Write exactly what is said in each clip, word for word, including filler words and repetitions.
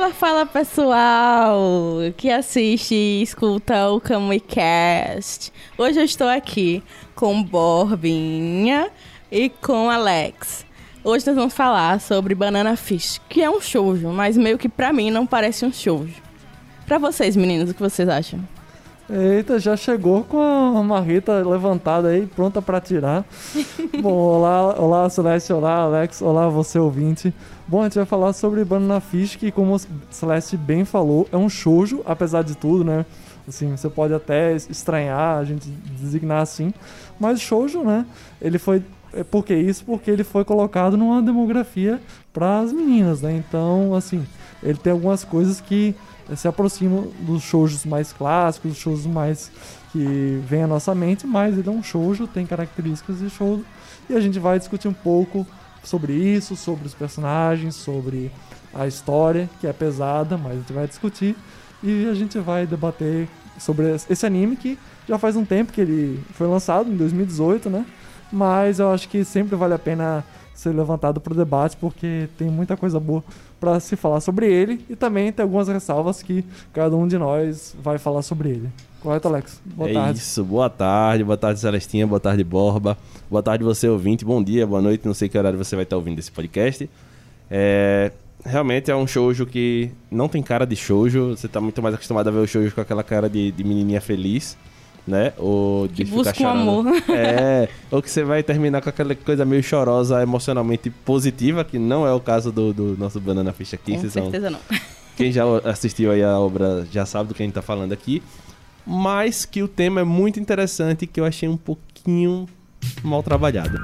Fala, fala pessoal que assiste e escuta o KamuiCast. Hoje eu estou aqui com Borbinha e com Alex. Hoje nós vamos falar sobre Banana Fish, que é um shoujo, mas meio que pra mim não parece um shoujo. Pra vocês, meninos, o que vocês acham? Eita, já chegou com a marreta levantada aí, pronta pra tirar. Bom, olá, olá Celeste, olá Alex, olá você ouvinte. Bom, a gente vai falar sobre Banana Fish, que como a Celeste bem falou, é um shoujo, apesar de tudo, né? Assim, você pode até estranhar a gente designar assim, mas shoujo, né? Ele foi... Por que isso? Porque ele foi colocado numa demografia para as meninas, né? Então, assim, ele tem algumas coisas que se aproximam dos shoujos mais clássicos, dos shoujos mais que vem à nossa mente, mas ele é um shoujo, tem características de shoujo, e a gente vai discutir um pouco sobre isso, sobre os personagens, sobre a história, que é pesada, mas a gente vai discutir, e a gente vai debater sobre esse anime que já faz um tempo que ele foi lançado, em dois mil e dezoito, né? Mas eu acho que sempre vale a pena ser levantado para o debate, porque tem muita coisa boa para se falar sobre ele, e também tem algumas ressalvas que cada um de nós vai falar sobre ele. Correto, Alex? Boa é tarde. Isso, boa tarde, boa tarde Celestinha, boa tarde Borba, boa tarde você ouvinte, bom dia, boa noite, não sei que horário você vai estar ouvindo esse podcast. É, realmente é um shoujo que não tem cara de shoujo, você está muito mais acostumado a ver o shoujo com aquela cara de, de menininha feliz, né? Ou de Que ficar busca um chorando. amor. É, ou que você vai terminar com aquela coisa meio chorosa, emocionalmente positiva, que não é o caso do, do nosso Banana Fish aqui. Com Vocês certeza são... não. Quem já assistiu aí a obra já sabe do que a gente tá falando aqui. Mas que o tema é muito interessante e que eu achei um pouquinho mal trabalhado.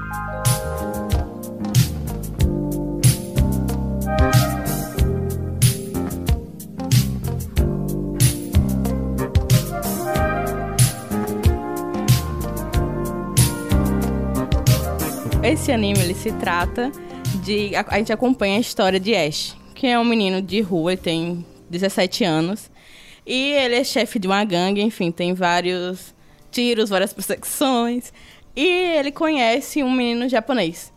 Esse anime, ele se trata de... A, a gente acompanha a história de Ash, que é um menino de rua, ele tem dezessete anos. E ele é chefe de uma gangue, enfim, tem vários tiros, várias perseguições. E ele conhece um menino japonês.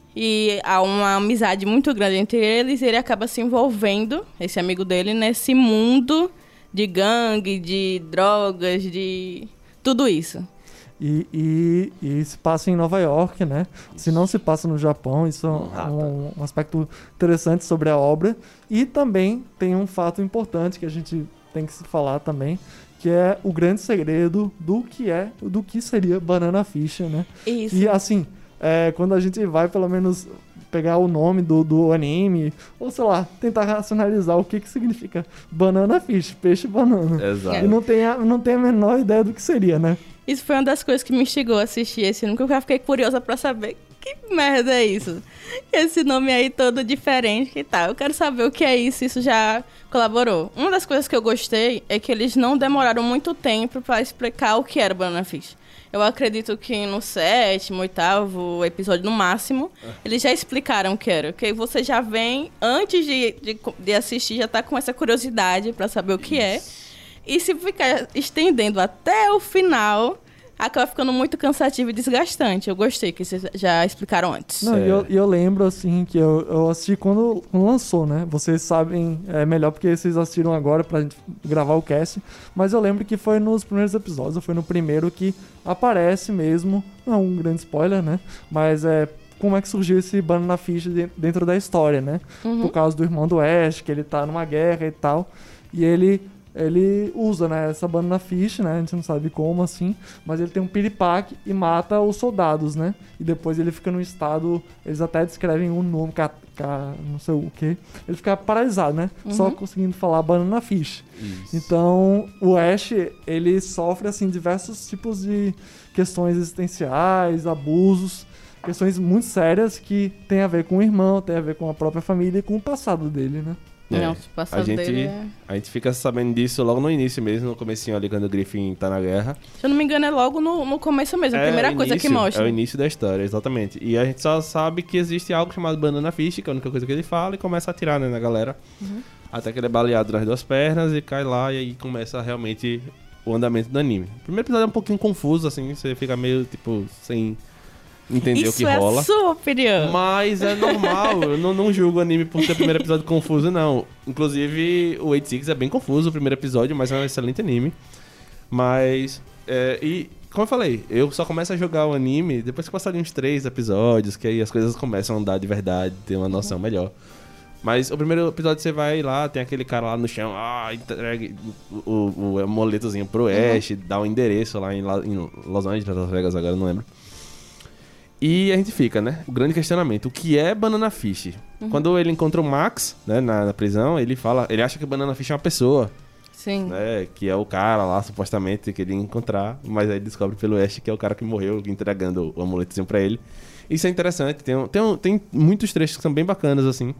E há uma amizade muito grande entre eles, e ele acaba se envolvendo, esse amigo dele, nesse mundo de gangue, de drogas, de tudo isso. E, e, e se passa em Nova York, né? Se não se passa no Japão, isso é um, um aspecto interessante sobre a obra. E também tem um fato importante que a gente tem que se falar também, que é o grande segredo do que é, do que seria Banana Fish, né? Isso. E assim, é, quando a gente vai pelo menos pegar o nome do, do anime, ou sei lá, tentar racionalizar o que que significa Banana Fish, peixe banana. Exato. E não tem, a, não tem a menor ideia do que seria, né? Isso foi uma das coisas que me instigou a assistir esse anime, porque eu fiquei curiosa pra saber que merda é isso. Esse nome aí todo diferente, que tal? Eu quero saber o que é isso, isso já colaborou. Uma das coisas que eu gostei é que eles não demoraram muito tempo pra explicar o que era Banana Fish. Eu acredito que no sétimo, oitavo episódio, no máximo, eles já explicaram o que era. Porque você já vem, antes de, de, de assistir, já tá com essa curiosidade pra saber o que é. E se ficar estendendo até o final, acaba ficando muito cansativo e desgastante. Eu gostei que vocês já explicaram antes. Não, e eu, e eu lembro, assim, que eu, eu assisti quando, quando lançou, né? Vocês sabem é, melhor porque vocês assistiram agora pra gente gravar o cast. Mas eu lembro que foi nos primeiros episódios, foi no primeiro que aparece mesmo, não é um grande spoiler, né? Mas é como é que surgiu esse Banana Fish dentro da história, né? Uhum. Por causa do irmão do Ash, que ele tá numa guerra e tal. E ele... Ele usa, né, essa Banana Fish, né, a gente não sabe como, assim, mas ele tem um piripaque e mata os soldados, né, e depois ele fica num estado, eles até descrevem um nome, ca, ca, não sei o que, ele fica paralisado, né, uhum. Só conseguindo falar Banana Fish. Isso. Então, o Ash, ele sofre, assim, diversos tipos de questões existenciais, abusos, questões muito sérias que tem a ver com o irmão, tem a ver com a própria família e com o passado dele, né. É, Não, a, gente, é... a gente fica sabendo disso logo no início mesmo, no comecinho ali, quando o Griffin tá na guerra. Se eu não me engano, é logo no, no começo mesmo, a é primeira início, coisa que mostra. É o início da história, exatamente. E a gente só sabe que existe algo chamado Banana Fish, que é a única coisa que ele fala, e começa a atirar, né, na galera. Uhum. Até que ele é baleado nas duas pernas e cai lá, e aí começa realmente o andamento do anime. O primeiro episódio é um pouquinho confuso, assim, você fica meio, tipo, sem... entender Isso o que é rola. a sua opinião. Mas é normal, eu não, não julgo o anime por ter o primeiro episódio confuso, não. Inclusive, o oitenta e seis é bem confuso o primeiro episódio, mas é um excelente anime. Mas, é, e como eu falei, eu só começo a jogar o anime depois que passarem uns três episódios, que aí as coisas começam a andar de verdade, ter uma noção melhor. Mas o primeiro episódio você vai lá, tem aquele cara lá no chão, ah, entregue o, o, o amuletozinho pro Ash, dá um endereço lá em, La- em Los Angeles, Las Vegas, agora eu não lembro. E a gente fica, né? O grande questionamento, o que é Banana Fish? Uhum. Quando ele encontra o Max, né, na, na prisão, ele fala, ele acha que Banana Fish é uma pessoa. Sim. Né, que é o cara lá, supostamente, que ele ia encontrar, mas aí ele descobre pelo Ash que é o cara que morreu entregando o amuletozinho pra ele. Isso é interessante, tem, um, tem, um, tem muitos trechos que são bem bacanas, assim.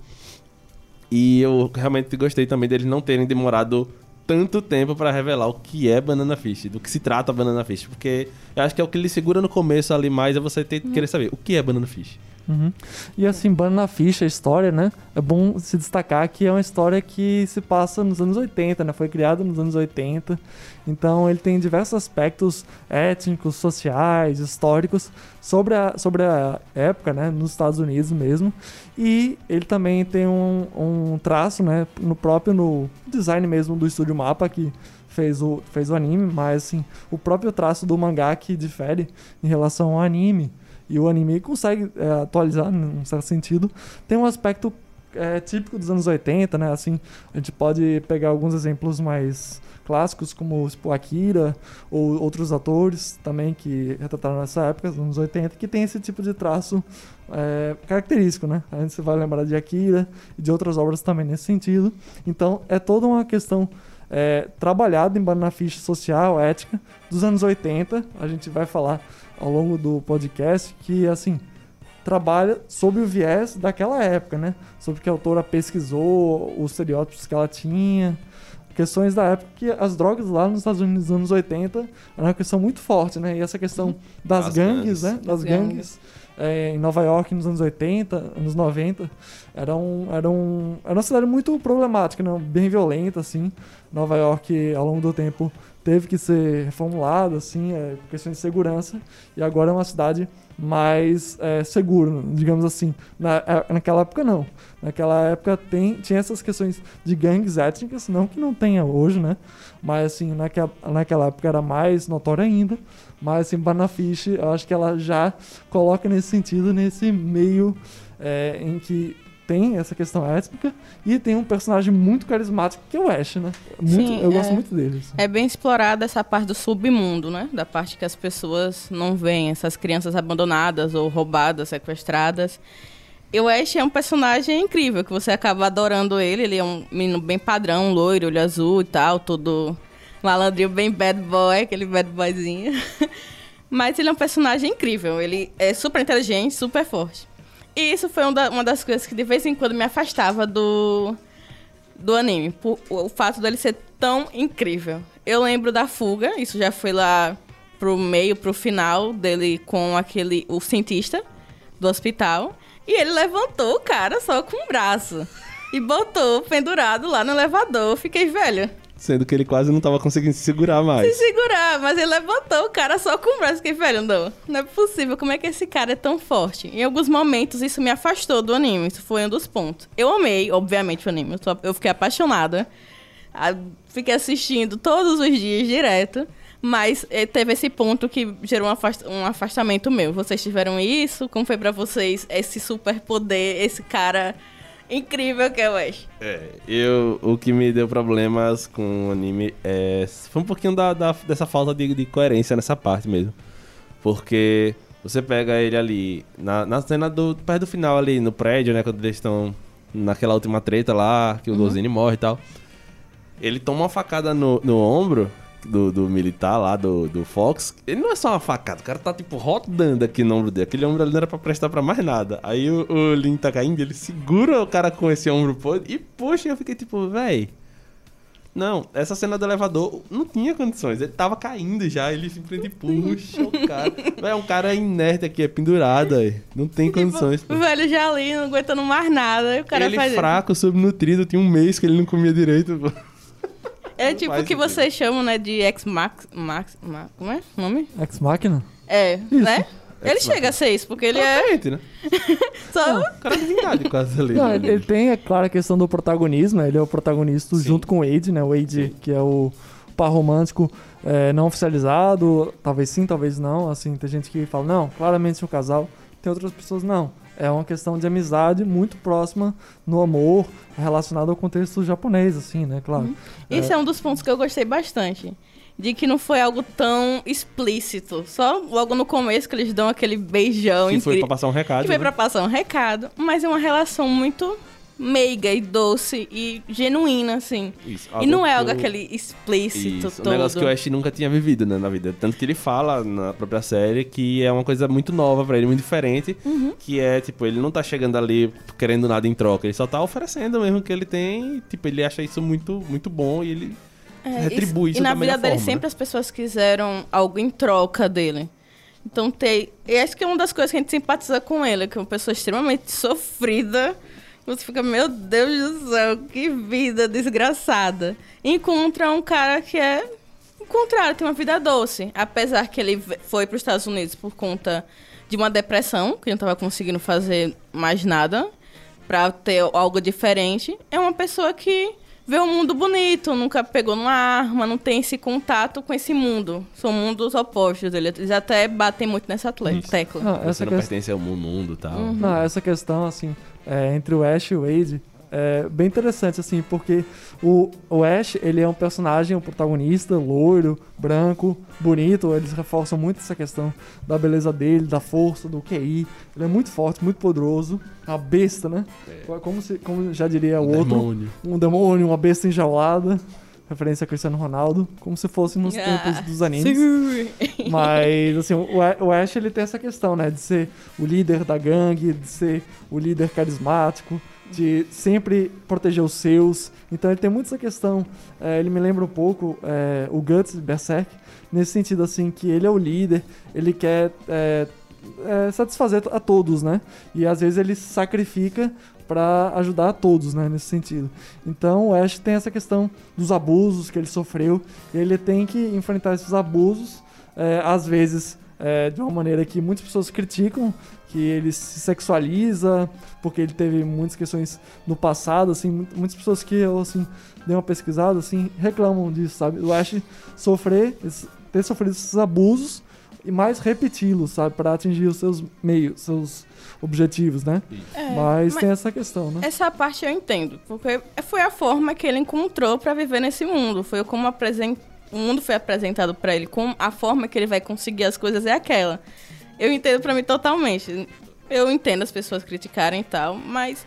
E eu realmente gostei também deles não terem demorado tanto tempo pra revelar o que é Banana Fish, do que se trata Banana Fish, porque eu acho que é o que ele segura no começo ali mais, é você ter, querer saber o que é Banana Fish. Uhum. E assim, Banana Fish, a história, né? É bom se destacar que é uma história que se passa nos anos oitenta, né? Foi criada nos anos oitenta. Então ele tem diversos aspectos étnicos, sociais, históricos sobre a, sobre a época, né? Nos Estados Unidos mesmo. E ele também tem um, um traço, né? No próprio no design mesmo do Estúdio Mapa, que fez o, fez o anime, mas assim, o próprio traço do mangá que difere em relação ao anime. E o anime consegue é, atualizar, num certo sentido. Tem um aspecto é, típico dos anos oitenta, né? Assim, a gente pode pegar alguns exemplos mais clássicos, como tipo, Akira, ou outros atores também que retrataram nessa época, dos anos oitenta, que tem esse tipo de traço é, característico, né? A gente vai lembrar de Akira e de outras obras também nesse sentido. Então, é toda uma questão é, trabalhada em Banana Fish social, ética, dos anos oitenta. A gente vai falar ao longo do podcast, que, assim, trabalha sob o viés daquela época, né? Sobre que a autora pesquisou os estereótipos que ela tinha, questões da época que as drogas lá nos Estados Unidos nos anos oitenta era uma questão muito forte, né? E essa questão das As gangues, gangues. né? Das gangues é, em Nova York nos anos oitenta, anos noventa, era, um, era, um, era uma cidade muito problemática, né? Bem violenta, assim. Nova York, ao longo do tempo, teve que ser reformulada, assim, é, por questões de segurança, e agora é uma cidade mais é, segura, digamos assim. Na, naquela época, não. Naquela época tem, tinha essas questões de gangues étnicas, não que não tenha hoje, né? Mas, assim, naquela, naquela época era mais notória ainda. Mas, assim, Banana Fish, eu acho que ela já coloca nesse sentido, nesse meio é, em que tem essa questão étnica e tem um personagem muito carismático que é o Ash, né? Muito, Sim, eu é, gosto muito dele. Assim. É bem explorada essa parte do submundo, né? Da parte que as pessoas não veem, essas crianças abandonadas ou roubadas, sequestradas. E o Ash é um personagem incrível, que você acaba adorando ele. Ele é um menino bem padrão, loiro, olho azul e tal, todo malandrinho, bem bad boy, aquele bad boyzinho. Mas ele é um personagem incrível, ele é super inteligente, super forte. E isso foi uma das coisas que de vez em quando me afastava do, do anime. Por, o fato dele ser tão incrível. Eu lembro da fuga, isso já foi lá pro meio, pro final dele com aquele, o cientista do hospital. E ele levantou o cara só com o braço. E botou pendurado lá no elevador. Eu fiquei, velho... Sendo que ele quase não tava conseguindo se segurar mais. Se segurar, mas ele levantou o cara só com o braço. Fiquei, velho, não, não é possível. Como é que esse cara é tão forte? Em alguns momentos, isso me afastou do anime. Isso foi um dos pontos. Eu amei, obviamente, o anime. Eu, tô, eu fiquei apaixonada. A, fiquei assistindo todos os dias, direto. Mas eh, teve esse ponto que gerou um, afast, um afastamento meu. Vocês tiveram isso? Como foi pra vocês esse superpoder, esse cara... incrível que eu acho. É, eu, o que me deu problemas com o anime é, foi um pouquinho da, da, dessa falta de, de coerência nessa parte mesmo. Porque você pega ele ali, na, na cena do, perto do final ali, no prédio, né, quando eles estão naquela última treta lá, que o uhum. Gozini morre e tal. Ele toma uma facada no, no ombro do, do militar lá, do, do Fox. Ele não é só uma facada, o cara tá tipo rodando aqui no ombro dele. Aquele ombro ali não era pra prestar pra mais nada. Aí o, o Lin tá caindo, ele segura o cara com esse ombro podre e puxa, e eu fiquei tipo, véi. Não, essa cena do elevador não tinha condições. Ele tava caindo já, ele simplesmente puxa o cara. Véi, é um cara inerte aqui, é pendurado aí. Não tem tipo, condições. O velho já ali, não aguentando mais nada. O cara ele faz fraco, isso. subnutrido, tinha um mês que ele não comia direito, pô. É tipo o que vocês chamam, né, de ex-max... Max, Max, como é o nome? Ex-máquina? É, isso. né? Ele Ex-máquina. chega a ser isso, porque ele é Exatamente, né? só... O cara é divindade quase ali. Não, né? ele, ele tem, é claro, a questão do protagonismo, né? Ele é o protagonista Sim. junto com o Wade, né? O Wade, Sim. que é o par romântico é, não oficializado, talvez sim, talvez não. Assim, tem gente que fala, não, claramente é um casal. Tem outras pessoas, não. É uma questão de amizade muito próxima no amor, relacionado ao contexto japonês, assim, né? Claro. Uhum. Esse é. é um dos pontos que eu gostei bastante. De que não foi algo tão explícito. Só logo no começo que eles dão aquele beijão. Que foi incrível. pra passar um recado. Que foi né? pra passar um recado. Mas é uma relação muito meiga e doce e genuína, assim. Isso, E não é que algo eu- aquele explícito Isso, todo. um negócio que o Ash nunca tinha vivido, né, na vida. Tanto que ele fala na própria série que é uma coisa muito nova pra ele, muito diferente. Uhum. Que é, tipo, ele não tá chegando ali querendo nada em troca. Ele só tá oferecendo mesmo o que ele tem. E, tipo, ele acha isso muito, muito bom e ele É, retribui isso E na da melhor vida dele forma, sempre né? as pessoas quiseram algo em troca dele. Então tem... E acho que é uma das coisas que a gente simpatiza com ele, que é uma pessoa extremamente sofrida. Você fica, meu Deus do céu, que vida desgraçada. Encontra um cara que é o contrário, tem uma vida doce. Apesar que ele ve- foi para os Estados Unidos por conta de uma depressão, que não estava conseguindo fazer mais nada para ter algo diferente. É uma pessoa que vê o mundo bonito, nunca pegou numa arma, não tem esse contato com esse mundo. São mundos opostos dele. Eles até batem muito nessa tle- tecla. Ah, Você essa não questão... pertence ao mundo e tal. Uhum. Não, essa questão, assim, é, entre o Ash e o Wade é bem interessante, assim, porque o, o Ash, ele é um personagem, um protagonista, loiro, branco, bonito, eles reforçam muito essa questão da beleza dele, da força, do Q I. Ele é muito forte, muito poderoso, uma besta, né? Como, se, como já diria o Um outro, demônio. um demônio, uma besta enjaulada. Referência a Cristiano Ronaldo, como se fosse nos Ah, tempos dos animes. sim. Mas, assim, o A- o Ash, ele tem essa questão, né? De ser o líder da gangue, de ser o líder carismático, de sempre proteger os seus. Então, ele tem muito essa questão. É, ele me lembra um pouco é, o Guts de Berserk, nesse sentido, assim, que ele é o líder, ele quer é, é, satisfazer a todos, né? E, às vezes, ele se sacrifica para ajudar a todos, né, nesse sentido. Então, o Ash tem essa questão dos abusos que ele sofreu, e ele tem que enfrentar esses abusos, é, às vezes, é, de uma maneira que muitas pessoas criticam, que ele se sexualiza, porque ele teve muitas questões no passado, assim, mu- muitas pessoas que eu, assim, dei uma pesquisada, assim, reclamam disso, sabe? O Ash sofrer, esse- ter sofrido esses abusos, e mais repeti-los, sabe? Para atingir os seus meios, seus objetivos, né? É, mas, mas tem essa questão, né? essa parte eu entendo, porque foi a forma que ele encontrou pra viver nesse mundo. Foi como apresen- o mundo foi apresentado pra ele, com a forma que ele vai conseguir as coisas é aquela. Eu entendo pra mim totalmente. Eu entendo as pessoas criticarem e tal, mas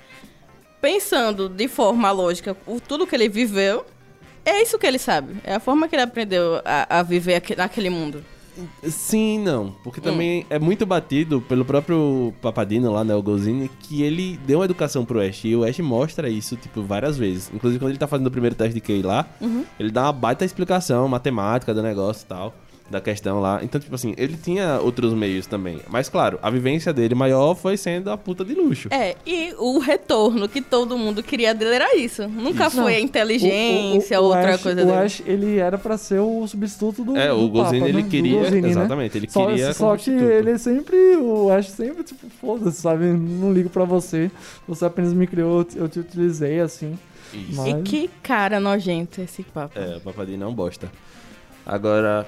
pensando de forma lógica, o, tudo que ele viveu, é isso que ele sabe. É a forma que ele aprendeu a, a viver aqui, naquele mundo. Sim, não. Porque também é muito batido pelo próprio Papadino lá, né, o Golzini, que ele deu uma educação pro Ash. E o Ash mostra isso, tipo, várias vezes. Inclusive, quando ele tá fazendo o primeiro teste de Q I lá, Uhum. ele dá uma baita explicação matemática do negócio e tal, da questão lá. Então, tipo assim, ele tinha outros meios também. Mas, claro, a vivência dele maior foi sendo a puta de luxo. É, e o retorno que todo mundo queria dele era isso. Nunca Isso. foi a Não, inteligência o- o- o ou outra Ash- coisa O dele. Ash, ele era pra ser o substituto do É, do o Golzini, Papa, ele né? Do queria... Golzini, né? exatamente, ele Só, queria só como que substituto. ele sempre, o Ash sempre, tipo, foda-se, sabe? Não ligo pra você. Você apenas me criou, eu te utilizei, assim. Isso. Mas- E que cara nojento esse papo. É, o Papadinho não bosta. Agora,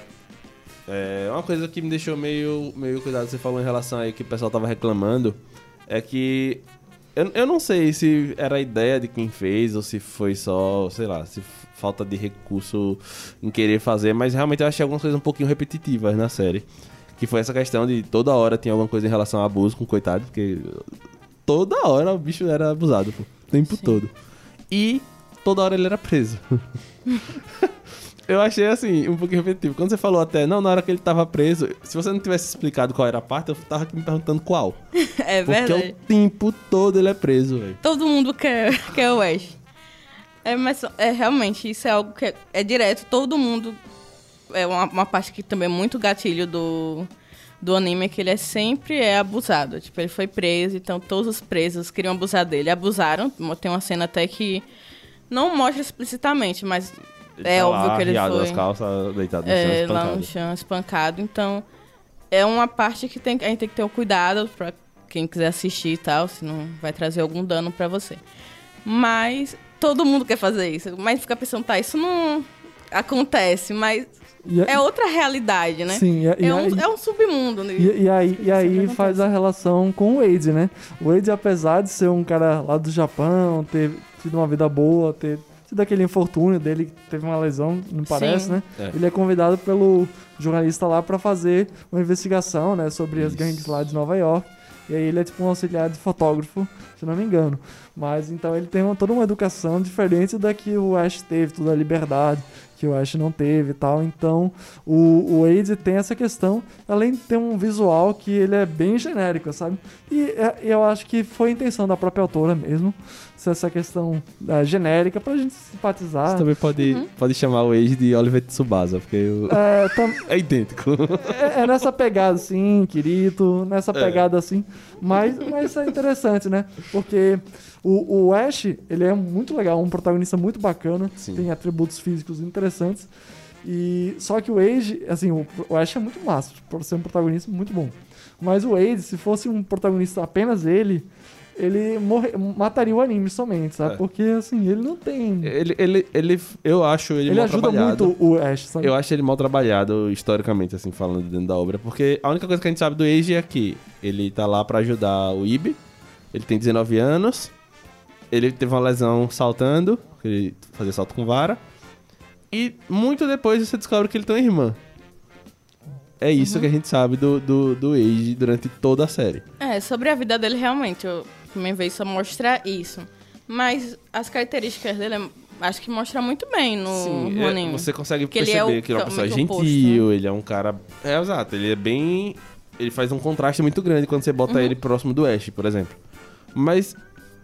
é, uma coisa que me deixou meio, meio cuidado, você falou em relação aí que o pessoal tava reclamando, é que eu, eu não sei se era a ideia de quem fez ou se foi só, sei lá, se f- falta de recurso em querer fazer, mas realmente eu achei algumas coisas um pouquinho repetitivas na série. Que foi essa questão de toda hora tinha alguma coisa em relação a abuso com o coitado, porque toda hora o bicho era abusado, pô, o tempo Sim. todo. E toda hora ele era preso. Eu achei assim, um pouquinho repetitivo. Quando você falou até, não, na hora que ele tava preso, se você não tivesse explicado qual era a parte, eu tava aqui me perguntando qual. É Porque verdade. o tempo todo ele é preso, velho. Todo mundo quer, quer o Ash. É, mas é, realmente, isso é algo que é, é direto. Todo mundo... É uma, uma parte que também é muito gatilho do, do anime, é que ele é sempre é abusado. Tipo, ele foi preso, então todos os presos queriam abusar dele. Abusaram. Tem uma cena até que não mostra explicitamente, mas Ele é tá óbvio lá, que ele arriado foi... nas calças, deitado no É, chão, lá espancado. no chão, espancado. Então, é uma parte que tem, a gente tem que ter um cuidado pra quem quiser assistir e tal, se não vai trazer algum dano pra você. Mas todo mundo quer fazer isso. Mas fica pensando, tá, isso não acontece, mas E a- é outra realidade, né? Sim, e, a- e é, um, aí, é um submundo. Né? e, e aí, e aí Sempre faz acontece. a relação com o Wade, né? O Wade, apesar de ser um cara lá do Japão, ter tido uma vida boa, ter tido aquele infortúnio dele, que teve uma lesão, não parece, Sim. né? É. Ele é convidado pelo jornalista lá pra fazer uma investigação, né, sobre as Isso. gangues lá de Nova York. E aí ele é tipo um auxiliar de fotógrafo, se não me engano. Mas então ele tem uma, toda uma educação diferente da que o Ash teve, toda a liberdade que o Ash não teve e tal. Então o, o Wade tem essa questão, além de ter um visual que ele é bem genérico, sabe? E é, eu acho que foi a intenção da própria autora mesmo, ser essa questão é, genérica pra gente simpatizar. Você também pode, pode chamar o Age de Oliver Tsubasa, porque o- É, tam- é idêntico. É, é nessa pegada assim, Kirito, nessa pegada assim. Mas, mas isso é interessante, né? Porque o, o Ash, ele é muito legal, um protagonista muito bacana, Sim. tem atributos físicos interessantes. E só que o Age, assim, o, o Ash é muito massa, por ser um protagonista muito bom. Mas o Wade, se fosse um protagonista apenas ele, ele morre, mataria o anime somente, sabe? É. Porque assim, ele não tem. Ele, ele, ele, eu acho ele, Ele mal ajuda trabalhado. muito o Ash, sabe? Eu acho ele mal trabalhado, historicamente, assim, falando dentro da obra. Porque a única coisa que a gente sabe do Age é que ele tá lá pra ajudar o Ibi. Ele tem dezenove anos. Ele teve uma lesão saltando. Ele fazia salto com vara. E muito depois você descobre que ele tem uma irmã. É isso que a gente sabe do, do, do Age durante toda a série. É, sobre a vida dele, realmente, eu também veio só mostrar isso. Mas as características dele, eu acho que mostra muito bem no, no é, anime. você consegue Que ele é perceber o que ele é uma pessoa totalmente oposto, gentil, ele é um cara... É, exato, ele é bem... Ele faz um contraste muito grande quando você bota ele próximo do Ash, por exemplo. Mas...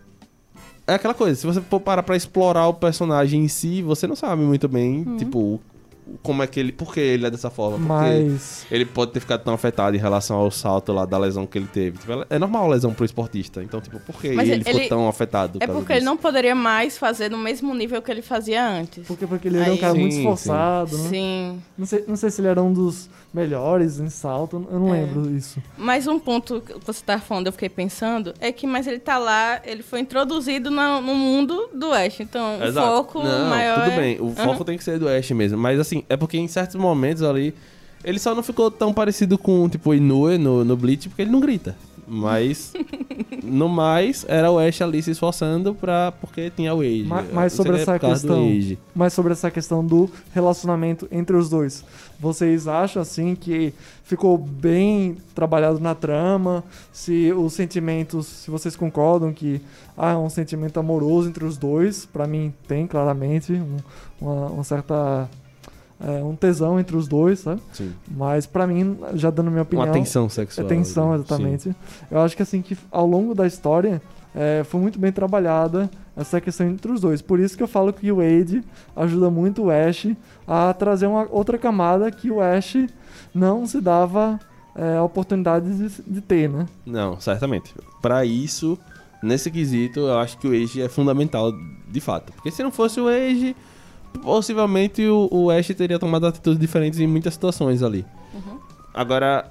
É aquela coisa, se você for parar pra explorar o personagem em si, você não sabe muito bem, tipo, como é que ele... Por que ele é dessa forma, por que Mas. ele pode ter ficado tão afetado em relação ao salto lá da lesão que ele teve. Tipo, é normal a lesão pro esportista, então, tipo, por que Mas ele, ele- ficou ele- tão afetado? por É causa porque ele disso? não poderia mais fazer no mesmo nível que ele fazia antes. Porque, porque ele era um Aí- cara muito Sim, esforçado, né? Sim. Não sei, não sei se ele era um dos melhores em salto, eu não É. lembro isso. Mas um ponto que você tá falando, eu fiquei pensando, é que mas ele tá lá, ele foi introduzido na- no mundo do Ash. Então, Exato. o foco Não, maior tudo é... bem. O Aham. foco tem que ser do Ash mesmo. Mas assim, é porque em certos momentos ali, ele só não ficou tão parecido com, tipo, o Inoue no, no Bleach, porque ele não grita. Mas, no mais, era o Ash ali se esforçando pra... Porque tinha o Age. Ma- Mas sobre Seria essa por causa do questão, Age. mas sobre essa questão do relacionamento entre os dois, vocês acham assim que ficou bem trabalhado na trama? Se os sentimentos, se vocês concordam que há um sentimento amoroso entre os dois, pra mim tem claramente um, uma, uma certa é, um tesão entre os dois, sabe? Sim. Mas pra mim, já dando minha opinião, Uma tensão é sexual. tensão, né? exatamente. Eu acho que assim, que ao longo da história é, foi muito bem trabalhada essa questão entre os dois. Por isso que eu falo que o Wade ajuda muito o Ash a trazer uma outra camada que o Ash não se dava é, a oportunidade de, de ter, né? Não, certamente. Pra isso, nesse quesito, eu acho que o Age é fundamental, de fato. Porque se não fosse o Age, possivelmente o, o Ash teria tomado atitudes diferentes em muitas situações ali. Agora,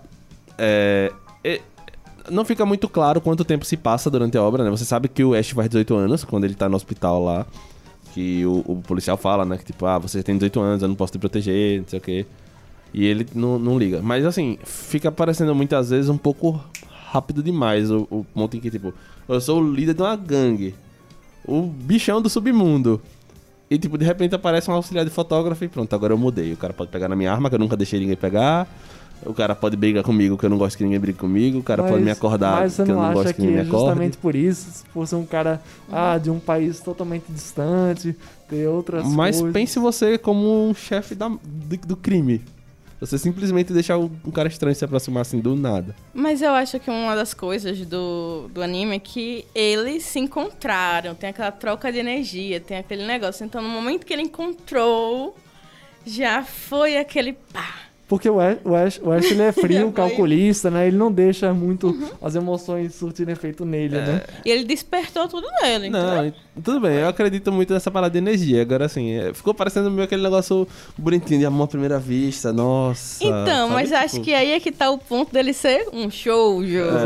é, é, não fica muito claro quanto tempo se passa durante a obra, né? Você sabe que o Ash faz dezoito anos, quando ele tá no hospital lá, que o, o policial fala, né? Que tipo, ah, você tem dezoito anos, eu não posso te proteger, não sei o quê. E ele não, não liga. Mas assim, fica parecendo muitas vezes um pouco rápido demais o, o ponto em que, tipo, eu sou o líder de uma gangue, o bichão do submundo. E, tipo, de repente aparece um auxiliar de fotógrafo e pronto, agora eu mudei. O cara pode pegar na minha arma, que eu nunca deixei ninguém pegar. O cara pode brigar comigo, que eu não gosto que ninguém brigue comigo. O cara pode me acordar, mas você que eu não não acha gosto que que ninguém é me acorde. justamente por isso, por ser um cara ah, de um país totalmente distante, ter outras Mas coisas... pense você como um chefe da, do, do crime. Você simplesmente deixar um, um cara estranho se aproximar assim do nada. Mas eu acho que uma das coisas do, do anime é que eles se encontraram, tem aquela troca de energia, tem aquele negócio. Então, no momento que ele encontrou, já foi aquele pá. Porque o Ash, o Ash, o Ash ele é frio, calculista, né? Ele não deixa muito Uhum. as emoções surtirem efeito nele, né? E ele despertou tudo nele. Não, Então, tudo bem, eu acredito muito nessa parada de energia. Agora, assim, é, ficou parecendo meio aquele negócio bonitinho de amor à primeira vista, nossa. então sabe? mas acho Tipo, que aí é que tá o ponto dele ser um shoujo.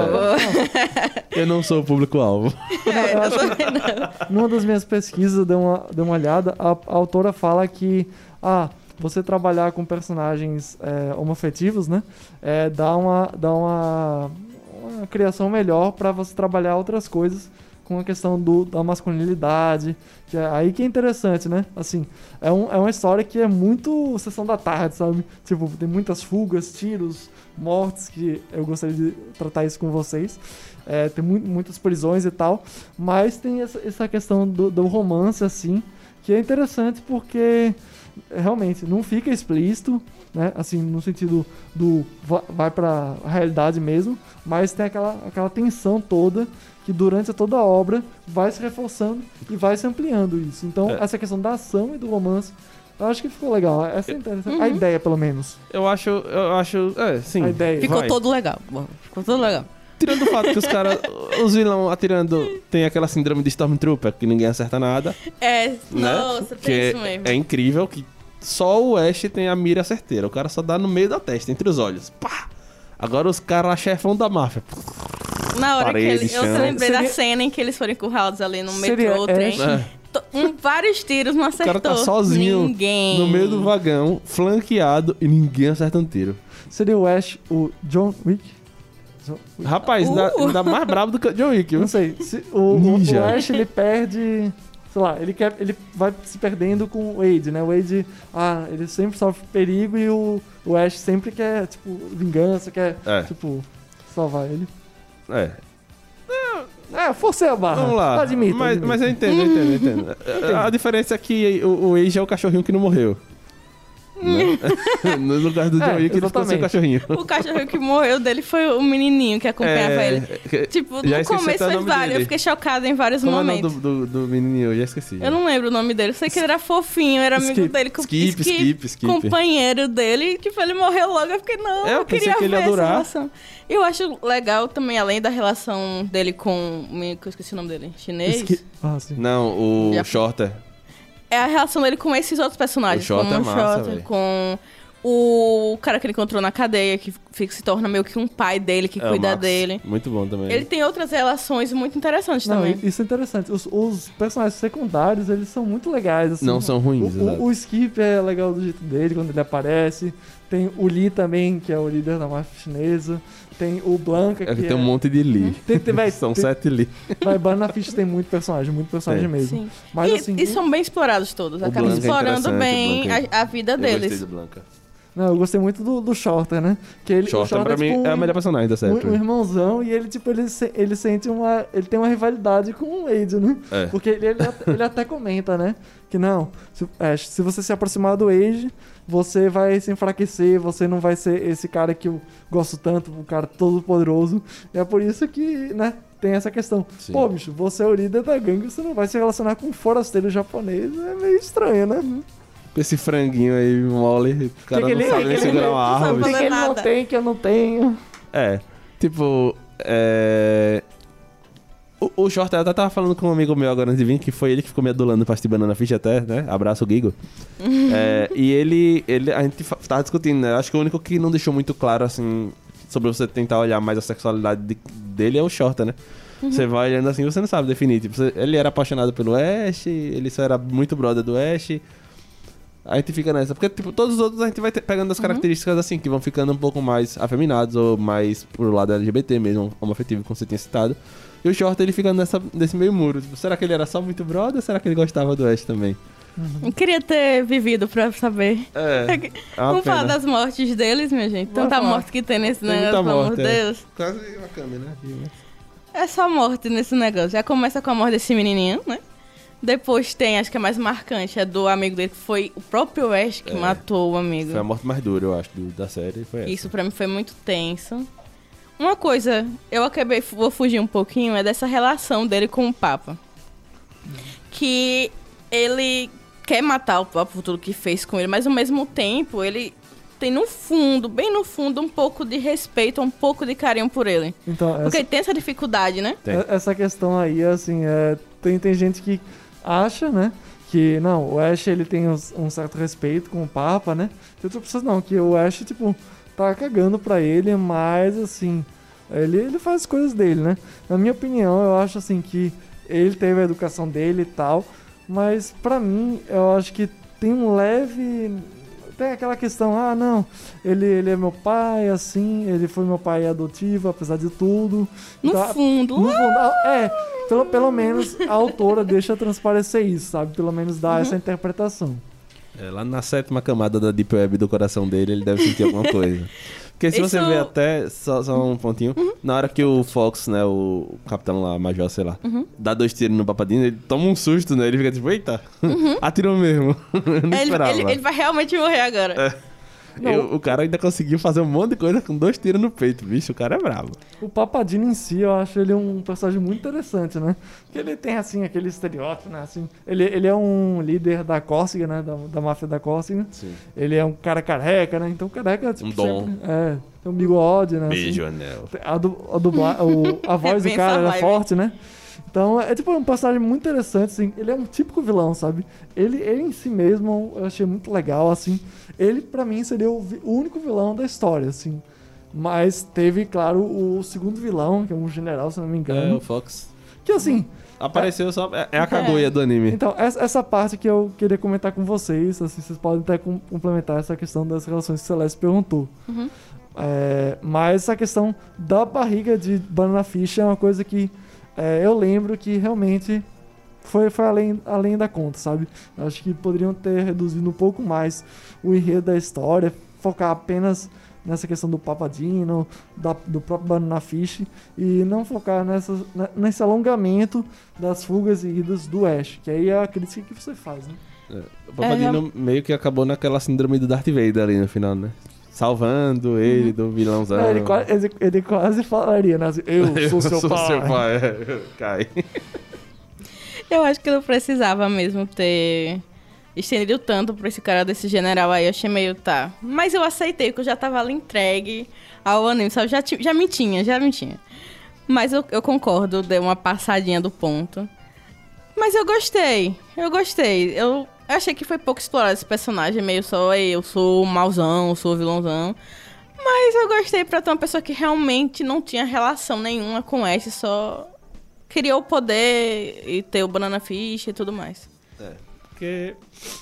eu não sou o público-alvo. É, eu também não. Numa das minhas pesquisas, eu dei uma, dei uma olhada, a, a autora fala que ah, você trabalhar com personagens é, homoafetivos, né? É, dá uma, dá uma, uma criação melhor para você trabalhar outras coisas com a questão do, da masculinidade, que é aí que é interessante, né? Assim, é, um, é uma história que é muito sessão da tarde, sabe? Tipo, tem muitas fugas, tiros, mortes, que eu gostaria de tratar isso com vocês. É, tem mu muitas prisões e tal, mas tem essa, essa questão do, do romance, assim, que é interessante porque realmente não fica explícito, né? Assim, no sentido do va vai pra realidade mesmo, mas tem aquela, aquela tensão toda que durante toda a obra vai se reforçando e vai se ampliando isso. Então, É. essa questão da ação e do romance, eu acho que ficou legal. Essa é interessante. Uhum. A ideia, pelo menos. Eu acho, eu acho, é, sim. A ideia. Ficou vai. todo legal. Ficou todo legal. Tirando o fato que os caras, os vilão atirando, tem aquela síndrome de Stormtrooper, que ninguém acerta nada, É, né? nossa, que tem isso é, mesmo. é incrível que só o Ash tem a mira certeira. O cara só dá no meio da testa, entre os olhos. Pá! Agora os caras chefão da máfia. Na hora Parede, que ele, eu chão. lembrei da Seria- cena em que eles foram encurralados ali no Seria metrô, trem. Ash- É. To- um, vários tiros, não O acertou. cara tá sozinho Ninguém. no meio do vagão, flanqueado, e ninguém acerta um tiro. Seria o Ash, o John Wick? John Wick. Rapaz, ainda, Uh! ainda mais brabo do que o John Wick, Eu viu? não sei. Se, o, o, Ninja. o Ash, ele perde... Sei lá, ele, quer, ele vai se perdendo com o Wade, né? O Wade, ah, ele sempre sofre perigo e o, o Ash sempre quer, tipo, vingança, quer, É. tipo, salvar ele. É. É, forcei a barra. Vamos lá. Admito, mas, admito. mas eu entendo, eu entendo, eu entendo. A diferença é que o, o Age é o cachorrinho que não morreu. Né? No lugar do John É, Wick, ele ficou sem o exatamente. cachorrinho. O cachorro que morreu dele foi o menininho que acompanhava É, ele. que- Tipo, já no esqueci começo até o foi nome vários. dele. Eu fiquei chocada em vários Como é o nome momentos. do, do, do menininho? Eu já esqueci. Eu não lembro o nome dele. Eu sei que ele era fofinho, era amigo Skip. dele. com- Skip, Skip, Skip. Companheiro dele. E, tipo, ele morreu logo. Eu fiquei, não, É, eu eu pensei queria que ele ia ver essa durar. relação. Eu acho legal também, além da relação dele com... o menino que eu esqueci o nome dele. Chinês? Esqui- Ah, sim. Não, o Já- Shorter. É a relação dele com esses outros personagens. O Shorter com é o massa, Shorter, velho. com o cara que ele encontrou na cadeia, que fica, se torna meio que um pai dele, que É, o cuida Max. dele. Muito bom também. Ele tem outras relações muito interessantes Não, também. isso é interessante. Os, os personagens secundários, eles são muito legais. Assim. Não são ruins, O, exato. o, o Skip é legal do jeito dele, quando ele aparece. Tem o Lee também, que é o líder da máfia chinesa. Tem o Blanca, É que que tem é... um monte de Lee. Tem, tem, vai, São tem, sete Lee. vai, Banana Fish tem muito personagem, muito personagem Tem. mesmo. Sim. Mas e, assim... e são bem explorados todos. O Acabam Blanca é explorando interessante, bem o Blanca é- a, a vida Eu gostei deles. do Blanca. Não, eu gostei muito do, do Shorter, né? Que ele, o Shorter, pra é, mim, tipo, é o melhor personagem da série. um, pra um mim. irmãozão e ele, tipo, ele, se- ele sente uma... Ele tem uma rivalidade com o Wade, né? É. Porque ele, ele, até- ele até comenta, né? Que não, se, é, se você se aproximar do Wade, você vai se enfraquecer, você não vai ser esse cara que eu gosto tanto, um cara todo poderoso. E é por isso que, né, tem essa questão. Sim. Pô, bicho, você é o líder da gangue, você não vai se relacionar com um forasteiro japonês, é meio estranho, né? Com esse franguinho aí mole, o cara Que que não ele- sabe que nem que segurar ele- uma não sabe árvore. O que, que fazer ele não nada. tem que eu não tenho? É, tipo, é... O, o Shorter até tava falando com um amigo meu agora antes de vir, que foi ele que ficou me adulando pra assistir Banana Fish até, né? Abraço, Gigo. É, e ele, ele, a gente fa- tava discutindo, né? Acho que o único que não deixou muito claro, assim, sobre você tentar olhar mais a sexualidade de- dele é o Shorter, né? Você vai olhando assim, você não sabe definir. Tipo, você- ele era apaixonado pelo Ash, ele só era muito brother do Ash. A gente fica nessa. Porque, tipo, todos os outros a gente vai ter- pegando as características assim, que vão ficando um pouco mais afeminados ou mais pro lado L G B T mesmo, homoafetivo, como você tinha citado. E o Shorter, ele fica nessa, nesse meio muro. Tipo, será que ele era só muito brother ou será que ele gostava do Ash também? Eu queria ter vivido pra saber. É, é uma Vamos falar pena. das mortes deles, minha gente. Bora Tanta falar. morte que tem nesse Tem negócio, muita pelo amor morte, de é. Deus. Quase uma câmera, né? É só morte nesse negócio. Já começa com a morte desse menininho, né? Depois tem, acho que a mais marcante, é do amigo dele, que foi o próprio Ash que É. matou o amigo. Foi a morte mais dura, eu acho, do- da série. Foi essa. Isso pra mim foi muito tenso. Uma coisa, eu acabei, vou fugir um pouquinho, é dessa relação dele com o Papa. Que ele quer matar o Papa por tudo que fez com ele, mas ao mesmo tempo ele tem no fundo, bem no fundo, um pouco de respeito, um pouco de carinho por ele. Então, Porque essa, tem essa dificuldade, né? Tem. essa questão aí, assim, é, tem, tem gente que acha, né, que, não, o Ash, ele tem um, um certo respeito com o Papa, né? Tem outras pessoas não, que o Ash, tipo, tá cagando pra ele, mas, assim, ele, ele faz as coisas dele, né? Na minha opinião, eu acho, assim, que ele teve a educação dele e tal, mas, pra mim, eu acho que tem um leve... Tem aquela questão, ah, não, ele, ele é meu pai, assim, ele foi meu pai adotivo, apesar de tudo. No Então, fundo. no fundo, é, pelo, pelo menos a autora deixa transparecer isso, sabe? Pelo menos dá Uhum. essa interpretação. É, lá na sétima camada da Deep Web do coração dele, ele deve sentir alguma coisa. Porque se você Isso- vê até, só, só um pontinho, na hora que o Fox, né, o capitão lá, Major, sei lá, dá dois tiros no Papadinho, ele toma um susto, né? Ele fica tipo, eita, atirou mesmo. Eu não Ele, esperava. ele, ele vai realmente morrer agora. Eu- o cara ainda conseguiu fazer um monte de coisa com dois tiros no peito, bicho, o cara é brabo. O Papadino em si, eu acho ele um personagem muito interessante, né? Porque ele tem, assim, aquele estereótipo, né? Assim, ele, ele é um líder da Córcega, né? Da, da máfia da Córcega. Sim. Ele é um cara careca, né? Então, careca, tipo, Um dom. sempre- é, tem um bigode, né? Beijo, assim. anel. A, du, a, dubla, o, a voz do bem cara essa era vibe. forte, né? Então, é tipo um personagem muito interessante, assim. Ele é um típico vilão, sabe? Ele, ele em si mesmo, eu achei muito legal, assim. Ele, pra mim, seria o, vi- o único vilão da história, assim. Mas teve, claro, o segundo vilão, que é um general, se não me É, engano. o Fox. Que, assim... Apareceu só. É, é a Kaguya do anime. Então, essa, essa parte que eu queria comentar com vocês, assim, vocês podem até com- complementar essa questão das relações que o Celeste perguntou. Uhum. É, mas essa questão da barriga de Banana Fish é uma coisa que é, eu lembro que realmente foi, foi além, além da conta, sabe? Acho que poderiam ter reduzido um pouco mais o enredo da história, focar apenas nessa questão do Papadino, da, do próprio Banana Fish, e não focar nessa, ne- nesse alongamento das fugas e idas do Ash, que aí é a crítica que você faz, né? É, o Papadino meio que acabou naquela síndrome do Darth Vader ali no final, né? Salvando ele do vilãozão. É, ele, quase, ele, ele quase falaria, né? assim, Eu sou seu pai. seu pai. é. Cai. Eu acho que não precisava mesmo ter estendido tanto pra esse cara desse general aí. Eu achei meio, tá. Mas eu aceitei, porque eu já tava ali entregue ao anime, sabe? Já, ti- já me tinha, já me tinha. Mas eu, eu concordo, dei uma passadinha do ponto. Mas eu gostei, eu gostei. Eu achei que foi pouco explorado esse personagem, meio só eu sou o mauzão, eu sou o vilãozão. Mas eu gostei pra ter uma pessoa que realmente não tinha relação nenhuma com o Ash, só queria o poder e ter o Banana Fish e tudo mais. É, porque...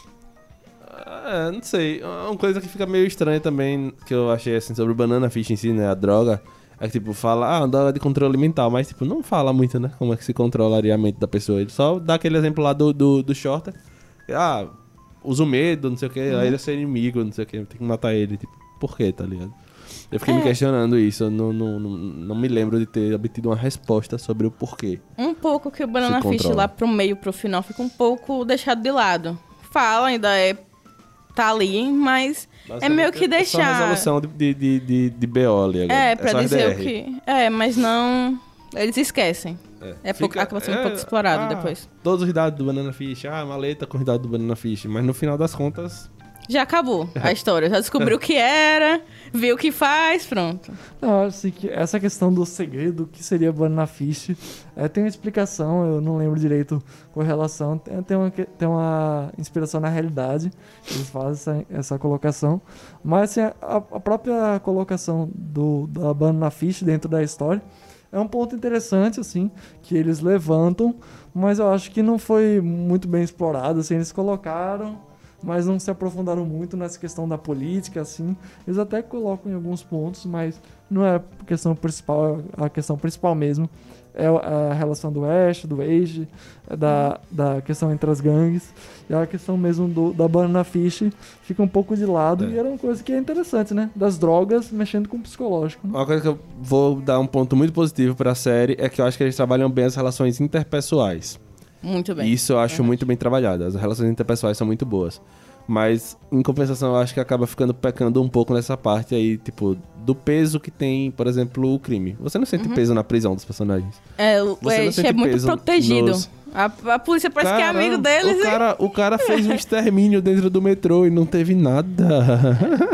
É, não sei. Uma coisa que fica meio estranha também, que eu achei assim, sobre o Banana Fish em si, né? A droga. É que, tipo, fala, ah, uma droga de controle mental. Mas, tipo, não fala muito, né? Como é que se controlaria a mente da pessoa. Ele só dá aquele exemplo lá do, do, do Shorter. Ah, usa o medo, não sei o que. Aí ele é seu inimigo, não sei o que. Tem que matar ele. Tipo, por quê, tá ligado? Eu fiquei É. me questionando isso. Eu não, não, não, não me lembro de ter obtido uma resposta sobre o porquê. Um pouco que o Banana Se Fish controla. lá pro meio, pro final, fica um pouco deixado de lado. Fala, ainda é... tá ali, mas é meio que Só deixar... resolução de, de, de, de, de B O ali agora. É, pra só dizer R D o R. que... É, mas não... Eles esquecem. É pouco, Fica- acaba sendo um é, pouco explorado ah, depois. Todos os dados do Banana Fish. Ah, maleta com os dados do Banana Fish. Mas no final das contas... Já acabou a história. Já descobriu o que era, viu o que faz, pronto. Não, assim, que essa questão do segredo, o que seria Banana Fish, é, tem uma explicação, eu não lembro direito com relação, tem, tem, uma, que- tem uma inspiração na realidade, eles fazem essa, essa colocação, mas assim, a, a própria colocação do, da Banana Fish dentro da história é um ponto interessante, assim, que eles levantam, mas eu acho que não foi muito bem explorado, assim, eles colocaram... mas não se aprofundaram muito nessa questão da política, assim. Eles até colocam em alguns pontos, mas não é a questão principal, a questão principal mesmo é a relação do Ash, do Age, é da, da questão entre as gangues, e a questão mesmo do, da Banana Fish fica um pouco de lado, É. e era uma coisa que é interessante, né? Das drogas mexendo com o psicológico. Né? Uma coisa que eu vou dar um ponto muito positivo pra série é que eu acho que eles trabalham bem as relações interpessoais. Muito bem. Isso eu acho muito bem trabalhado. As relações interpessoais são muito boas. Mas, em compensação, eu acho que acaba ficando pecando um pouco nessa parte aí, tipo, do peso que tem, por exemplo, o crime. Você não sente peso na prisão dos personagens. É, o Você não Ash sente é muito peso protegido. nos- A, a polícia parece que é amigo deles. O hein? cara, o cara fez um extermínio dentro do metrô e não teve nada.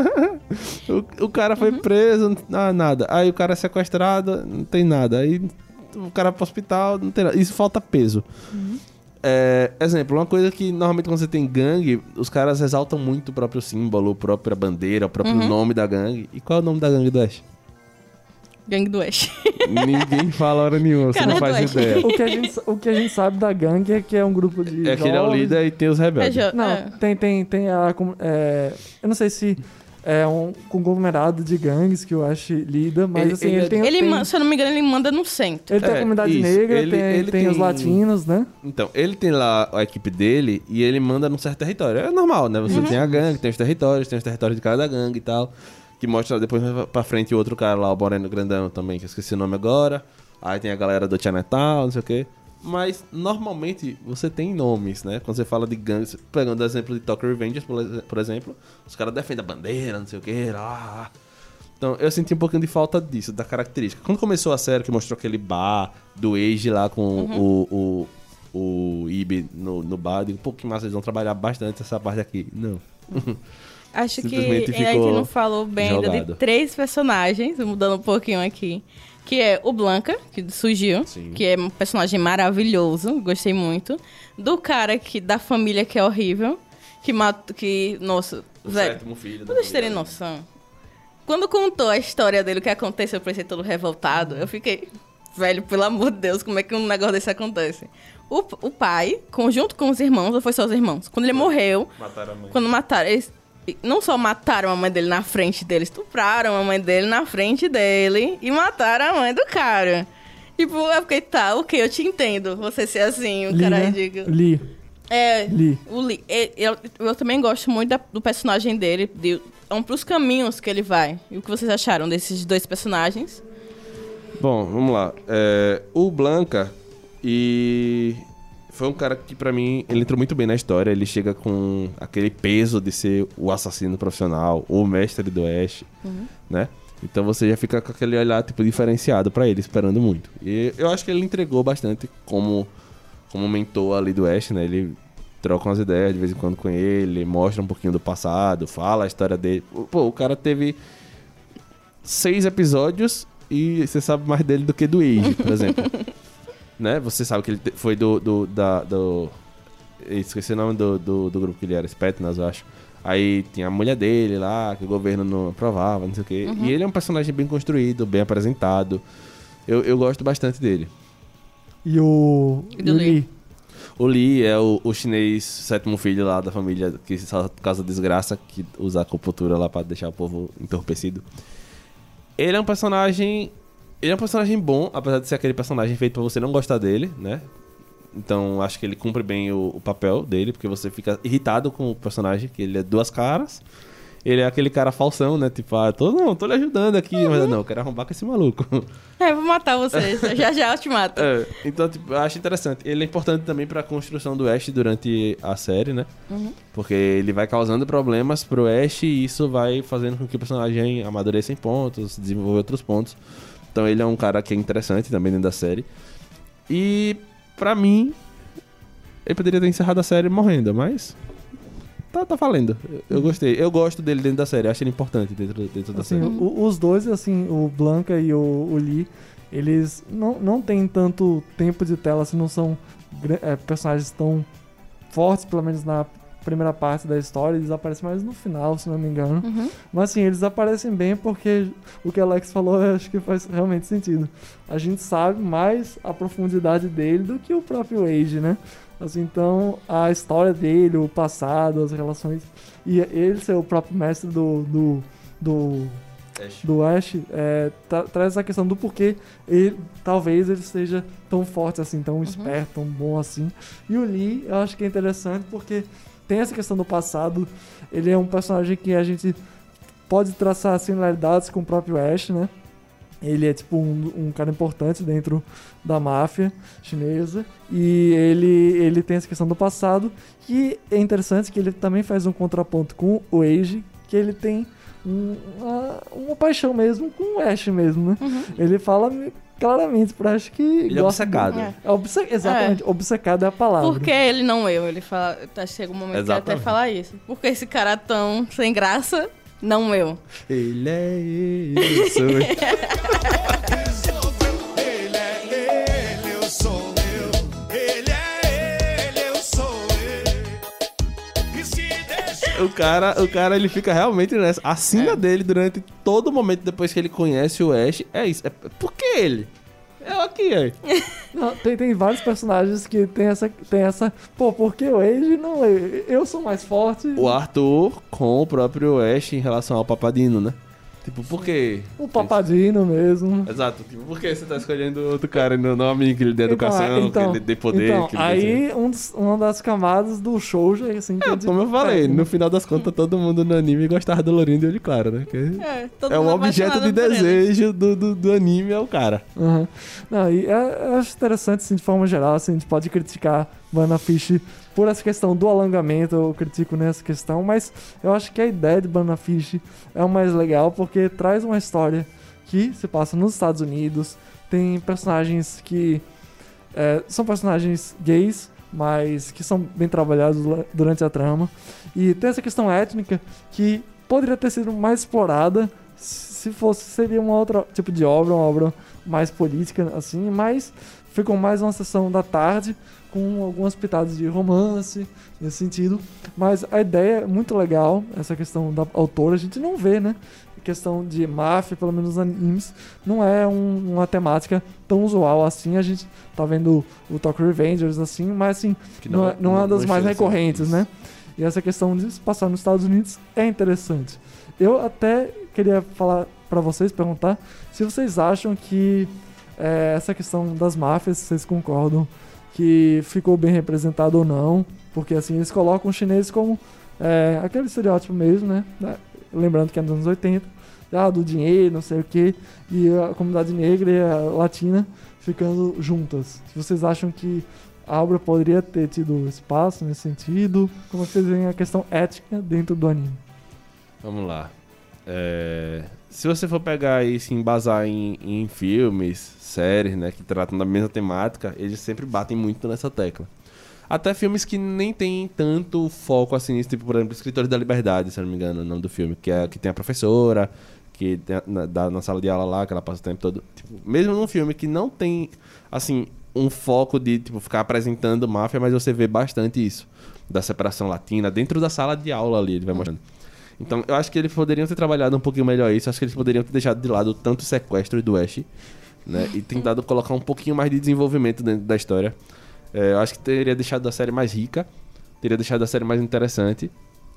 O, o cara foi preso, não, nada. Aí o cara é sequestrado, não tem nada. Aí o cara pro hospital, não tem nada. Isso falta peso. Uhum. É, exemplo, uma coisa que normalmente quando você tem gangue, os caras exaltam muito o próprio símbolo, a própria bandeira, o próprio Uhum. nome da gangue. E qual é o nome da gangue do Oeste? Gangue do Oeste. Ninguém fala hora nenhuma, você Cara não do faz Oeste. ideia. O que, a gente, o que a gente sabe da gangue é que é um grupo de É que ele é o jovens. líder e tem os É, rebeldes. jo- Não, é. tem, tem, tem a... com- é, eu não sei se é um conglomerado de gangues que o Ash lida, mas Ele- assim, ele ele, é- tem... Ele, tem man- se eu não me engano, ele manda no centro. ele tem É, a comunidade isso. negra, Ele- tem, ele tem os tem- latinos, né? Então, ele tem lá a equipe dele e ele manda num certo território. É normal, né? Você tem a gangue, tem os territórios, tem os territórios de cada gangue e tal. Que mostra depois pra frente o outro cara lá, o Moreno Grandão também, que eu esqueci o nome agora. Aí tem a galera do Chinatown, não sei o quê. Mas, normalmente, você tem nomes, né? Quando você fala de gangues, pegando o exemplo de Tokyo Revengers, por, ex- por exemplo, os caras defendem a bandeira, não sei o quê. Ah. Então, eu senti um pouquinho de falta disso, da característica. Quando começou a série, que mostrou aquele bar do Age lá com o, o, o Ibi no, no bar, eu digo, pô, que massa, eles vão trabalhar bastante essa parte aqui. Não. Acho que Simplesmente é que ficou não falou bem ainda jogado. de três personagens, mudando um pouquinho aqui. Que é o Blanca, que surgiu, Sim. que é um personagem maravilhoso, gostei muito. Do cara que, da família que é horrível, que mata, que, nossa, O velho, sétimo filho. da pra vocês terem família. noção, quando contou a história dele, o que aconteceu, eu pensei todo revoltado, eu fiquei, velho, pelo amor de Deus, como é que um negócio desse acontece? O, o pai, conjunto com os irmãos, ou foi só os irmãos? Quando ele morreu, Mataram a mãe. quando mataram, eles não só mataram a mãe dele na frente dele, estupraram a mãe dele na frente dele e mataram a mãe do cara. Tipo, eu fiquei, tá, ok, eu te entendo. Você ser assim, o Lee, cara né? ridículo. Lee. É, Lee. o Lee. é, Eu, eu também gosto muito da- do personagem dele, de, um, pros caminhos que ele vai. E o que vocês acharam desses dois personagens? Bom, vamos lá. É, o Blanca e foi um cara que pra mim ele entrou muito bem na história. Ele chega com aquele peso de ser o assassino profissional, o mestre do Oeste, né? Então você já fica com aquele olhar tipo diferenciado pra ele, esperando muito. E eu acho que ele entregou bastante como como mentor ali do Oeste, né? Ele troca umas ideias de vez em quando com ele, mostra um pouquinho do passado, fala a história dele. Pô, o cara teve seis episódios e você sabe mais dele do que do Age, por exemplo. Né? Você sabe que ele te- foi do... do, da, do esqueci o nome do, do, do grupo que ele era, Spetnas, eu acho. Aí tinha a mulher dele lá, que o governo não aprovava, não sei o quê. E ele é um personagem bem construído, bem apresentado. Eu, eu gosto bastante dele. E o, E e do o Lee? Lee. O Lee é o, o chinês sétimo filho lá da família que só causa desgraça, que usa a acupuntura lá pra deixar o povo entorpecido. Ele é um personagem... Ele é um personagem bom, apesar de ser aquele personagem feito pra você não gostar dele, né? Então acho que ele cumpre bem o, o papel dele, porque você fica irritado com o personagem, que ele é duas caras. Ele é aquele cara falsão, né? Tipo, ah, tô, não, tô lhe ajudando aqui, mas não, eu quero arrombar com esse maluco. É, vou matar vocês. já já eu te mato. É, então, tipo, eu acho interessante. Ele é importante também pra construção do Ash durante a série, né? Porque ele vai causando problemas pro Ash e isso vai fazendo com que o personagem amadureça em pontos, desenvolva outros pontos. Então ele é um cara que é interessante também dentro da série. E, pra mim, ele poderia ter encerrado a série morrendo, mas... Tá, tá valendo. Eu, eu gostei. Eu gosto dele dentro da série. Acho ele importante dentro, dentro da Assim, série. o- os dois, assim, o Blanca e o, o Lee, eles não, não têm tanto tempo de tela, assim, não são gra- é, personagens tão fortes, pelo menos na primeira parte da história, eles aparecem mais no final, se não me engano. Uhum. Mas assim, eles aparecem bem porque o que a Alex falou, eu acho que faz realmente sentido. A gente sabe mais a profundidade dele do que o próprio Age, né? Assim, então, a história dele, o passado, as relações... E ele ser o próprio mestre do... do, do Ash. do Ash, é, tra- traz essa questão do porquê ele, talvez ele seja tão forte assim, tão esperto, tão bom assim. E o Lee, eu acho que é interessante porque tem essa questão do passado. Ele é um personagem que a gente pode traçar similaridades com o próprio Ash, né? Ele é tipo um, um cara importante dentro da máfia chinesa e ele, ele tem essa questão do passado, que é interessante que ele também faz um contraponto com o Age, que ele tem um- uma, uma paixão mesmo com o Ash mesmo, né? Ele fala claramente pra Ash que Ele é gosta obcecado. dele. É obce- exatamente, obcecado é a palavra. Por que ele não eu? Ele fala. Tá, chega um momento que ele até Exatamente. falar isso. Por que esse cara tão sem graça Não eu. Ele é ele, eu sou eu. Ele é ele, eu sou eu. Ele é ele, eu sou eu. E se deixa... O cara, o cara, ele fica realmente nessa. A sina É. dele durante todo o momento depois que ele conhece o Ash é isso. É, por que ele? É aqui, aí. Não, tem, tem vários personagens que tem essa, tem essa... Pô, por que o Age não... Eu, eu sou mais forte. O Arthur com o próprio Ash em relação ao Papadino, né? Tipo, por quê? O Papadino mesmo. Exato. Tipo, por que você tá escolhendo outro cara e não, não a mim que ele dê educação, Então, que ele dê poder? então, que ele dê... aí um dos- uma das camadas do shoujo é assim... que É, de- como eu falei, é, no final das contas todo mundo no anime gostava do Lourinho de olho claro, né? Que É, todo é um mundo objeto de apaixonado por ele. desejo do, do, do anime, é o cara. Uhum. Não, e é- eu acho interessante, assim, de forma geral, assim, a gente pode criticar Banana Fish por essa questão do alongamento, eu critico nessa questão, mas eu acho que a ideia de Banana Fish é o mais legal, porque traz uma história que se passa nos Estados Unidos, tem personagens que é, são personagens gays, mas que são bem trabalhados la- durante a trama, e tem essa questão étnica que poderia ter sido mais explorada se fosse, seria um outro tipo de obra, uma obra mais política, assim, mas ficou mais uma sessão da tarde com algumas pitadas de romance nesse sentido, mas a ideia é muito legal, essa questão da autora, a gente não vê, né? A questão de máfia, pelo menos nos animes, não é um- uma temática tão usual assim, a gente tá vendo o Tokyo Revengers assim, mas assim, Que não, é, não é uma das não mais chega a ser recorrentes, isso. né? E essa questão de se passar nos Estados Unidos é interessante. Eu até queria falar pra vocês, perguntar se vocês acham que é, essa questão das máfias, vocês concordam que ficou bem representado ou não, porque assim, eles colocam os chineses como é, aquele estereótipo mesmo, né? né? Lembrando que é nos anos oitenta, ah, do dinheiro, não sei o que, e a comunidade negra e a latina ficando juntas. Se vocês acham que a obra poderia ter tido espaço nesse sentido, como vocês veem a questão ética dentro do anime? Vamos lá. É, se você for pegar e se embasar em, em filmes, séries, né, que tratam da mesma temática, eles sempre batem muito nessa tecla. Até filmes que nem tem tanto foco assim nisso, tipo, por exemplo, Escritores da Liberdade, se eu não me engano, o nome do filme, que é que tem a professora, que tem a- na, da- na sala de aula lá, que ela passa o tempo todo. Tipo, mesmo num filme que não tem, assim, um foco de, tipo, ficar apresentando máfia, mas você vê bastante isso, da separação latina, dentro da sala de aula ali, ele vai mostrando. Então, eu acho que eles poderiam ter trabalhado um pouquinho melhor isso, acho que eles poderiam ter deixado de lado tanto o sequestro do Ash, né, e tentado colocar um pouquinho mais de desenvolvimento dentro da história. É, eu acho que teria deixado a série mais rica, teria deixado a série mais interessante.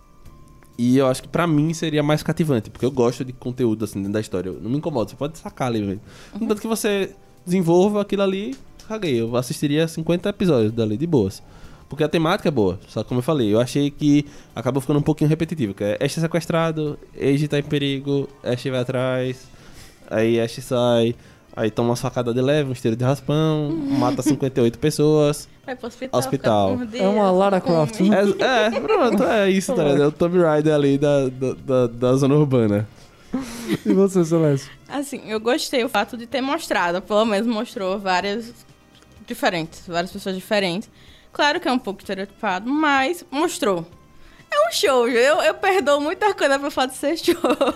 E eu acho que pra mim seria mais cativante, porque eu gosto de conteúdo assim dentro da história. Eu não me incomodo, você pode sacar ali, velho. Tanto que você desenvolva aquilo ali, caguei. Eu assistiria cinquenta episódios dali de boas. Porque a temática é boa, só que como eu falei, eu achei que acabou ficando um pouquinho repetitivo. Que é Ash é sequestrado, Age tá em perigo, Ash vai atrás, aí Ash sai, aí toma uma facada de leve, um esteiro de raspão, mata cinquenta e oito pessoas. Vai pro hospital. Hospital. fica por dias, É uma Lara come. Croft, né? É, é, pronto, é isso, tá ligado? É o Tomb Raider ali da, da, da, da zona urbana. E você, Celeste? Assim, eu gostei o fato de ter mostrado, pelo menos mostrou várias diferentes, várias pessoas diferentes. Claro que é um pouco estereotipado, mas mostrou. É um show, eu, eu perdoo muita coisa pelo fato de ser show.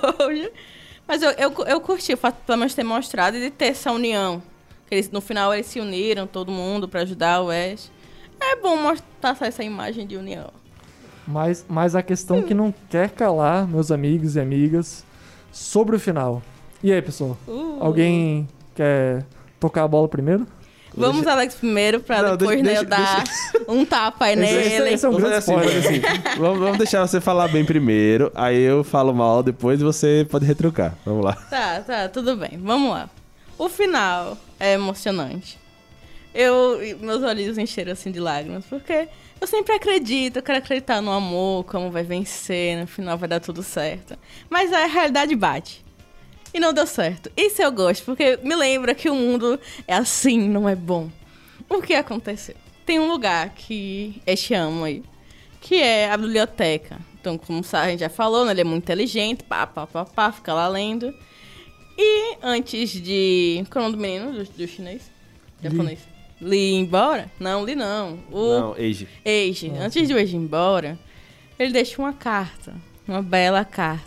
Mas eu, eu, eu curti o fato de pelo menos ter mostrado e de ter essa união. Que eles, no final eles se uniram, todo mundo, pra ajudar o Ash. É bom mostrar essa imagem de união. Mas, mas a questão que não quer calar, meus amigos e amigas, sobre o final. E aí, pessoal? Uh. Alguém quer tocar a bola primeiro? Vamos, Deixa- Alex, primeiro, pra Não, depois deixa- né, eu dar um tapa aí Esse- esse- nele. esse é um Vamos grande fazer assim, spoiler. vamos, assim. vamos, vamos deixar você falar bem primeiro, aí eu falo mal depois e você pode retrucar. Vamos lá. Tá, tá, tudo bem. Vamos lá. O final é emocionante. Eu, meus olhos encheram assim de lágrimas, porque eu sempre acredito, eu quero acreditar no amor, como vai vencer, no final vai dar tudo certo. Mas a realidade bate. E não deu certo. Isso eu gosto, porque me lembra que o mundo é assim, não é bom. O que aconteceu? Tem um lugar que este ama aí, que é a biblioteca. Então, como a gente já falou, né, ele é muito inteligente, pá, pá, pá, pá, fica lá lendo. E antes de... Qual é o nome do menino, do, do chinês? Japonês. Li ir embora? Não, Li não. O Não, Age. Eiji. Antes de o Eiji ir embora, ele deixa uma carta. Uma bela carta.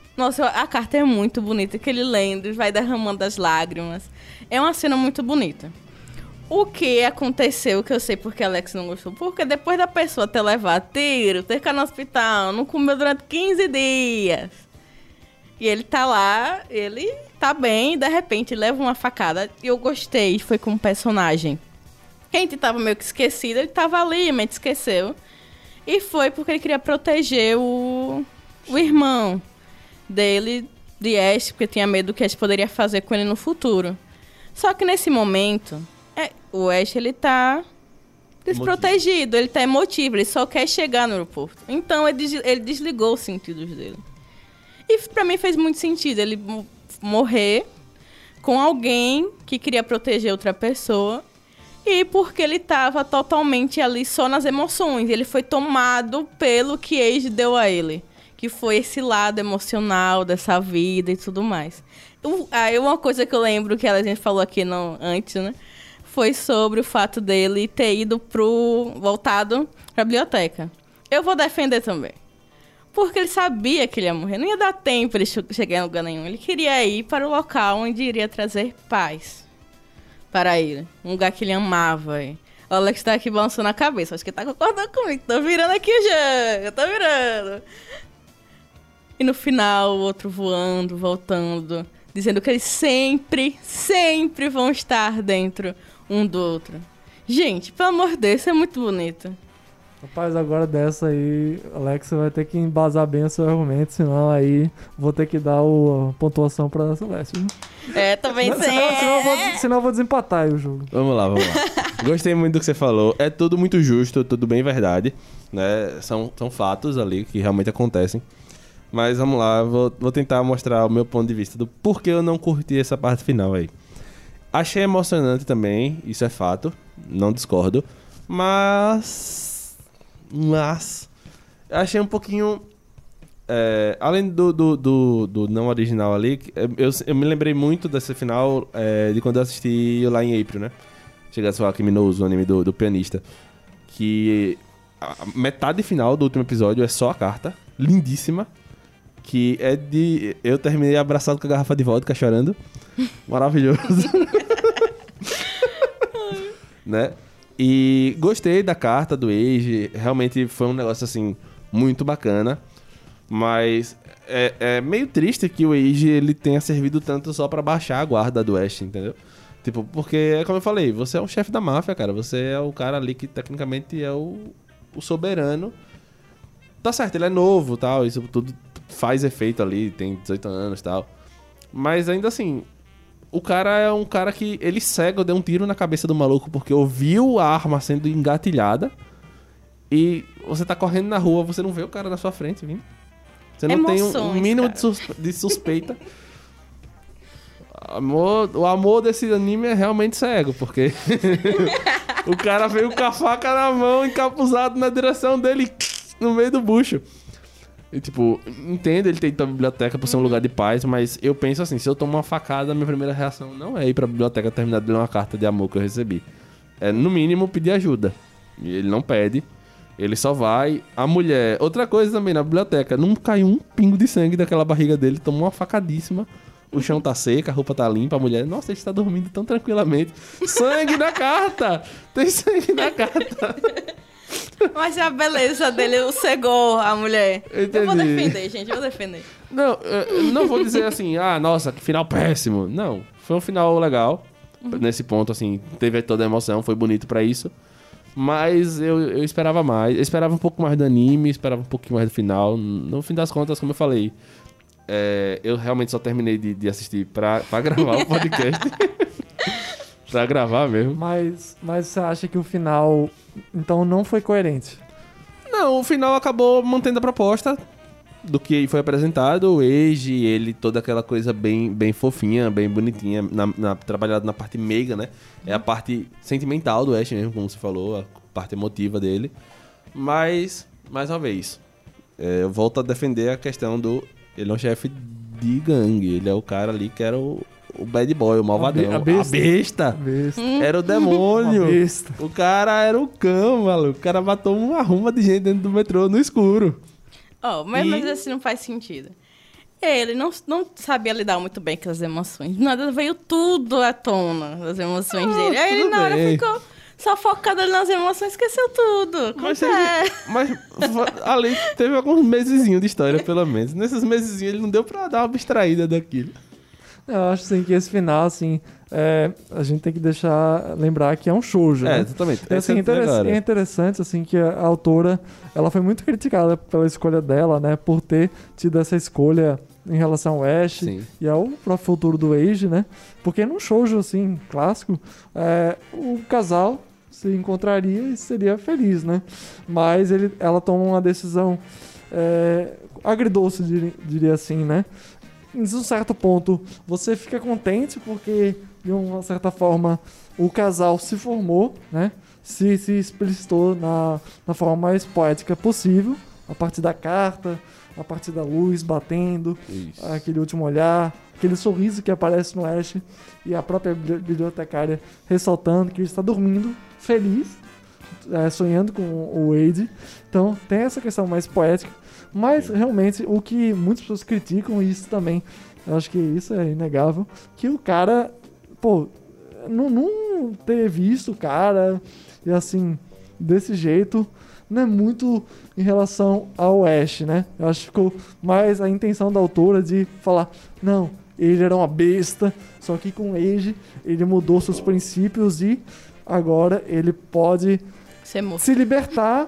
Nossa, a carta é muito bonita, que ele lendo, vai derramando as lágrimas. É uma cena muito bonita. O que aconteceu, que eu sei porque Alex não gostou, porque depois da pessoa ter levado tiro, ter ficado no hospital, não comeu durante quinze dias. E ele tá lá, ele tá bem, e de repente leva uma facada. E eu gostei, foi com um personagem. A gente tava meio que esquecido, ele tava ali, mas esqueceu. E foi porque ele queria proteger o, o irmão dele, de Ash, porque tinha medo do que Ash poderia fazer com ele no futuro. Só que nesse momento... É, o Ash, ele tá desprotegido, ele tá emotivo, ele só quer chegar no aeroporto. Então, ele, des- ele desligou os sentidos dele. E pra mim fez muito sentido ele mo- morrer com alguém que queria proteger outra pessoa e porque ele tava totalmente ali só nas emoções. Ele foi tomado pelo que Age deu a ele, que foi esse lado emocional dessa vida e tudo mais. Eu, aí, uma coisa que eu lembro que a gente falou aqui no, antes, né? Foi sobre o fato dele ter ido pro... voltado pra biblioteca. Eu vou defender também. Porque ele sabia que ele ia morrer. Não ia dar tempo ele che- chegar em lugar nenhum. Ele queria ir para o local onde iria trazer paz para ele. Um lugar que ele amava. E o Alex tá aqui balançando a cabeça. Acho que ele tá concordando comigo. Tô virando aqui já. Eu tô virando. E no final, o outro voando, voltando. Dizendo que eles sempre, sempre vão estar dentro um do outro. Gente, pelo amor de Deus, isso é muito bonito. Rapaz, agora dessa aí, Alex, você vai ter que embasar bem o seu argumento, senão aí vou ter que dar o, a pontuação pra Celeste. Viu? É, também Senão, sei. senão, senão eu vou, senão eu vou desempatar aí o jogo. Vamos lá, vamos lá. Gostei muito do que você falou. É tudo muito justo, tudo bem verdade, né? São, são fatos ali que realmente acontecem. Mas vamos lá, vou, vou tentar mostrar o meu ponto de vista do porquê eu não curti essa parte final aí. Achei emocionante também, isso é fato, não discordo. Mas... Mas... Achei um pouquinho... É, além do, do, do, do não original ali, eu, eu me lembrei muito desse final é, de quando eu assisti lá em April, né? Chegasse lá Criminoso, o anime do, do pianista. Que a metade final do último episódio é só a carta, lindíssima. Que é de... Eu terminei abraçado com a garrafa de vodka, chorando. Maravilhoso. Né? E gostei da carta do Age. Realmente foi um negócio, assim, muito bacana. Mas é, é meio triste que o Age, ele tenha servido tanto só pra baixar a guarda do Ash, entendeu? Tipo, porque, é como eu falei, você é o chefe da máfia, cara. Você é o cara ali que, tecnicamente, é o, o soberano. Tá certo, ele é novo, tal. Isso tudo faz efeito ali, tem dezoito anos e tal. Mas ainda assim, o cara é um cara que ele cego, deu um tiro na cabeça do maluco porque ouviu a arma sendo engatilhada. E você tá correndo na rua, você não vê o cara na sua frente, viu? Você não Emoções, tem um, um mínimo de, sus- de suspeita. Amor, o amor desse anime é realmente cego, porque o cara veio com a faca na mão, encapuzado na direção dele, no meio do bucho. E tipo, entendo ele ter ido pra biblioteca por ser um lugar de paz, mas eu penso assim, se eu tomo uma facada, minha primeira reação não é ir pra biblioteca terminar de ler uma carta de amor que eu recebi. É, no mínimo, pedir ajuda. E ele não pede, ele só vai. A mulher... Outra coisa também, na biblioteca, não caiu um pingo de sangue daquela barriga dele, tomou uma facadíssima. O chão tá seco, a roupa tá limpa, a mulher... Nossa, ele está dormindo tão tranquilamente. Sangue na carta! Tem sangue na carta! Mas a beleza dele cegou a mulher. Entendi. Eu vou defender, gente, eu vou defender. Não, eu não vou dizer assim, ah, nossa, que final péssimo. Não, foi um final legal. Uhum. Nesse ponto, assim, teve toda a emoção, foi bonito pra isso. Mas eu, eu esperava mais. Eu esperava um pouco mais do anime, esperava um pouquinho mais do final. No fim das contas, como eu falei, é, eu realmente só terminei de, de assistir pra, pra gravar o podcast. Pra gravar mesmo. Mas, mas você acha que o final, então, não foi coerente? Não, o final acabou mantendo a proposta do que foi apresentado. O Age, ele, toda aquela coisa bem, bem fofinha, bem bonitinha, na, na, trabalhado na parte meiga, né? É a parte sentimental do Ash mesmo, como você falou, a parte emotiva dele. Mas, mais uma vez, é, eu volto a defender a questão do... Ele é um chefe de gangue, ele é o cara ali que era o, o bad boy, o malvadão. A besta. A besta. Besta. Era o demônio. Uma besta. O cara era o cão, maluco. O cara matou uma ruma de gente dentro do metrô no escuro. Oh, mas, E- mas assim não faz sentido. Ele não, não sabia lidar muito bem com as emoções. Nada, veio tudo à tona, as emoções Ah, dele. Aí ele tudo na hora bem. ficou só focado ali nas emoções, esqueceu tudo. Mas, É. ele, mas fa- ali teve alguns mesezinhos de história, pelo menos. Nesses mesezinhos ele não deu pra dar uma abstraída daquilo. Eu acho assim, que esse final, assim, é, a gente tem que deixar, lembrar que é um shoujo, É, né? exatamente. É, assim, Esse é interess- agora. é interessante, assim, que a autora, ela foi muito criticada pela escolha dela, né? Por ter tido essa escolha em relação ao Ash Sim. e ao próprio futuro do Eiji, né? Porque num shoujo, assim, clássico, é, o casal se encontraria e seria feliz, né? Mas ele, ela toma uma decisão é, agridoce, dir- diria assim, né? Em um certo ponto, você fica contente porque, de uma certa forma, o casal se formou, né? Se, se explicitou na, na forma mais poética possível, a partir da carta, a partir da luz batendo, Isso. aquele último olhar, aquele sorriso que aparece no Ash e a própria bibli- bibliotecária ressaltando que ele está dormindo, feliz, é, sonhando com o Wade. Então tem essa questão mais poética, mas realmente o que muitas pessoas criticam isso também, eu acho que isso é inegável, que o cara, pô, não, não ter visto o cara e assim, desse jeito, não é muito em relação ao Ash, né? Eu acho que ficou mais a intenção da autora de falar, não, ele era uma besta, só que com o Age ele mudou seus princípios e agora ele pode Você morreu. se libertar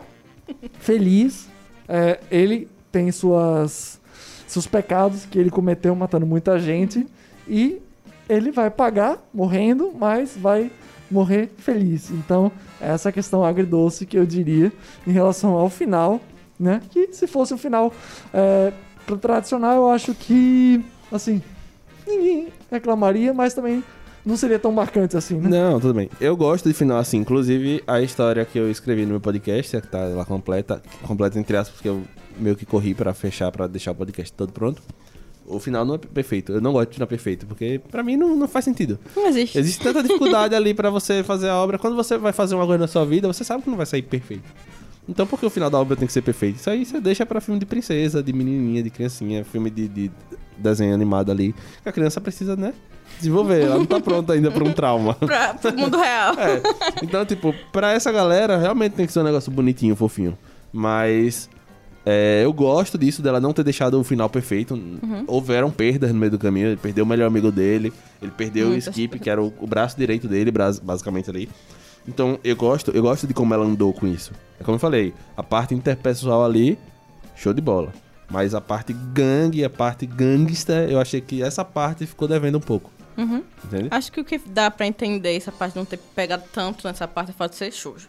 feliz. É, ele tem suas seus pecados que ele cometeu matando muita gente e ele vai pagar morrendo, mas vai morrer feliz. Então, essa é a questão agridoce que eu diria em relação ao final, né? Que se fosse o final é, pro tradicional, eu acho que, assim, ninguém reclamaria, mas também não seria tão marcante assim, né? Não, tudo bem. Eu gosto de final assim. Inclusive, a história que eu escrevi no meu podcast, que tá lá completa, completa entre aspas, porque eu meio que corri pra fechar, pra deixar o podcast todo pronto. O final não é perfeito. Eu não gosto de final perfeito, porque pra mim não, não faz sentido. Não existe. Existe tanta dificuldade ali pra você fazer a obra. Quando você vai fazer uma coisa na sua vida, você sabe que não vai sair perfeito. Então por que o final da obra tem que ser perfeito? Isso aí você deixa pra filme de princesa, de menininha, de criancinha, filme de, de desenho animado ali. Que a criança precisa, né, desenvolver. Ela não tá pronta ainda pra um trauma. Pra, pro mundo real. É. Então, tipo, pra essa galera, realmente tem que ser um negócio bonitinho, fofinho. Mas é, eu gosto disso, dela não ter deixado o final perfeito. Uhum. Houveram perdas no meio do caminho. Ele perdeu o melhor amigo dele. Ele perdeu Muitas o Skip, que era o, o braço direito dele, bras- basicamente ali. Então, eu gosto, eu gosto de como ela andou com isso. É como eu falei, a parte interpessoal ali, show de bola. Mas a parte gangue, a parte gangsta, eu achei que essa parte ficou devendo um pouco. Uhum. Entende? Acho que o que dá pra entender essa parte de não ter pegado tanto nessa parte é o fato de ser shoujo.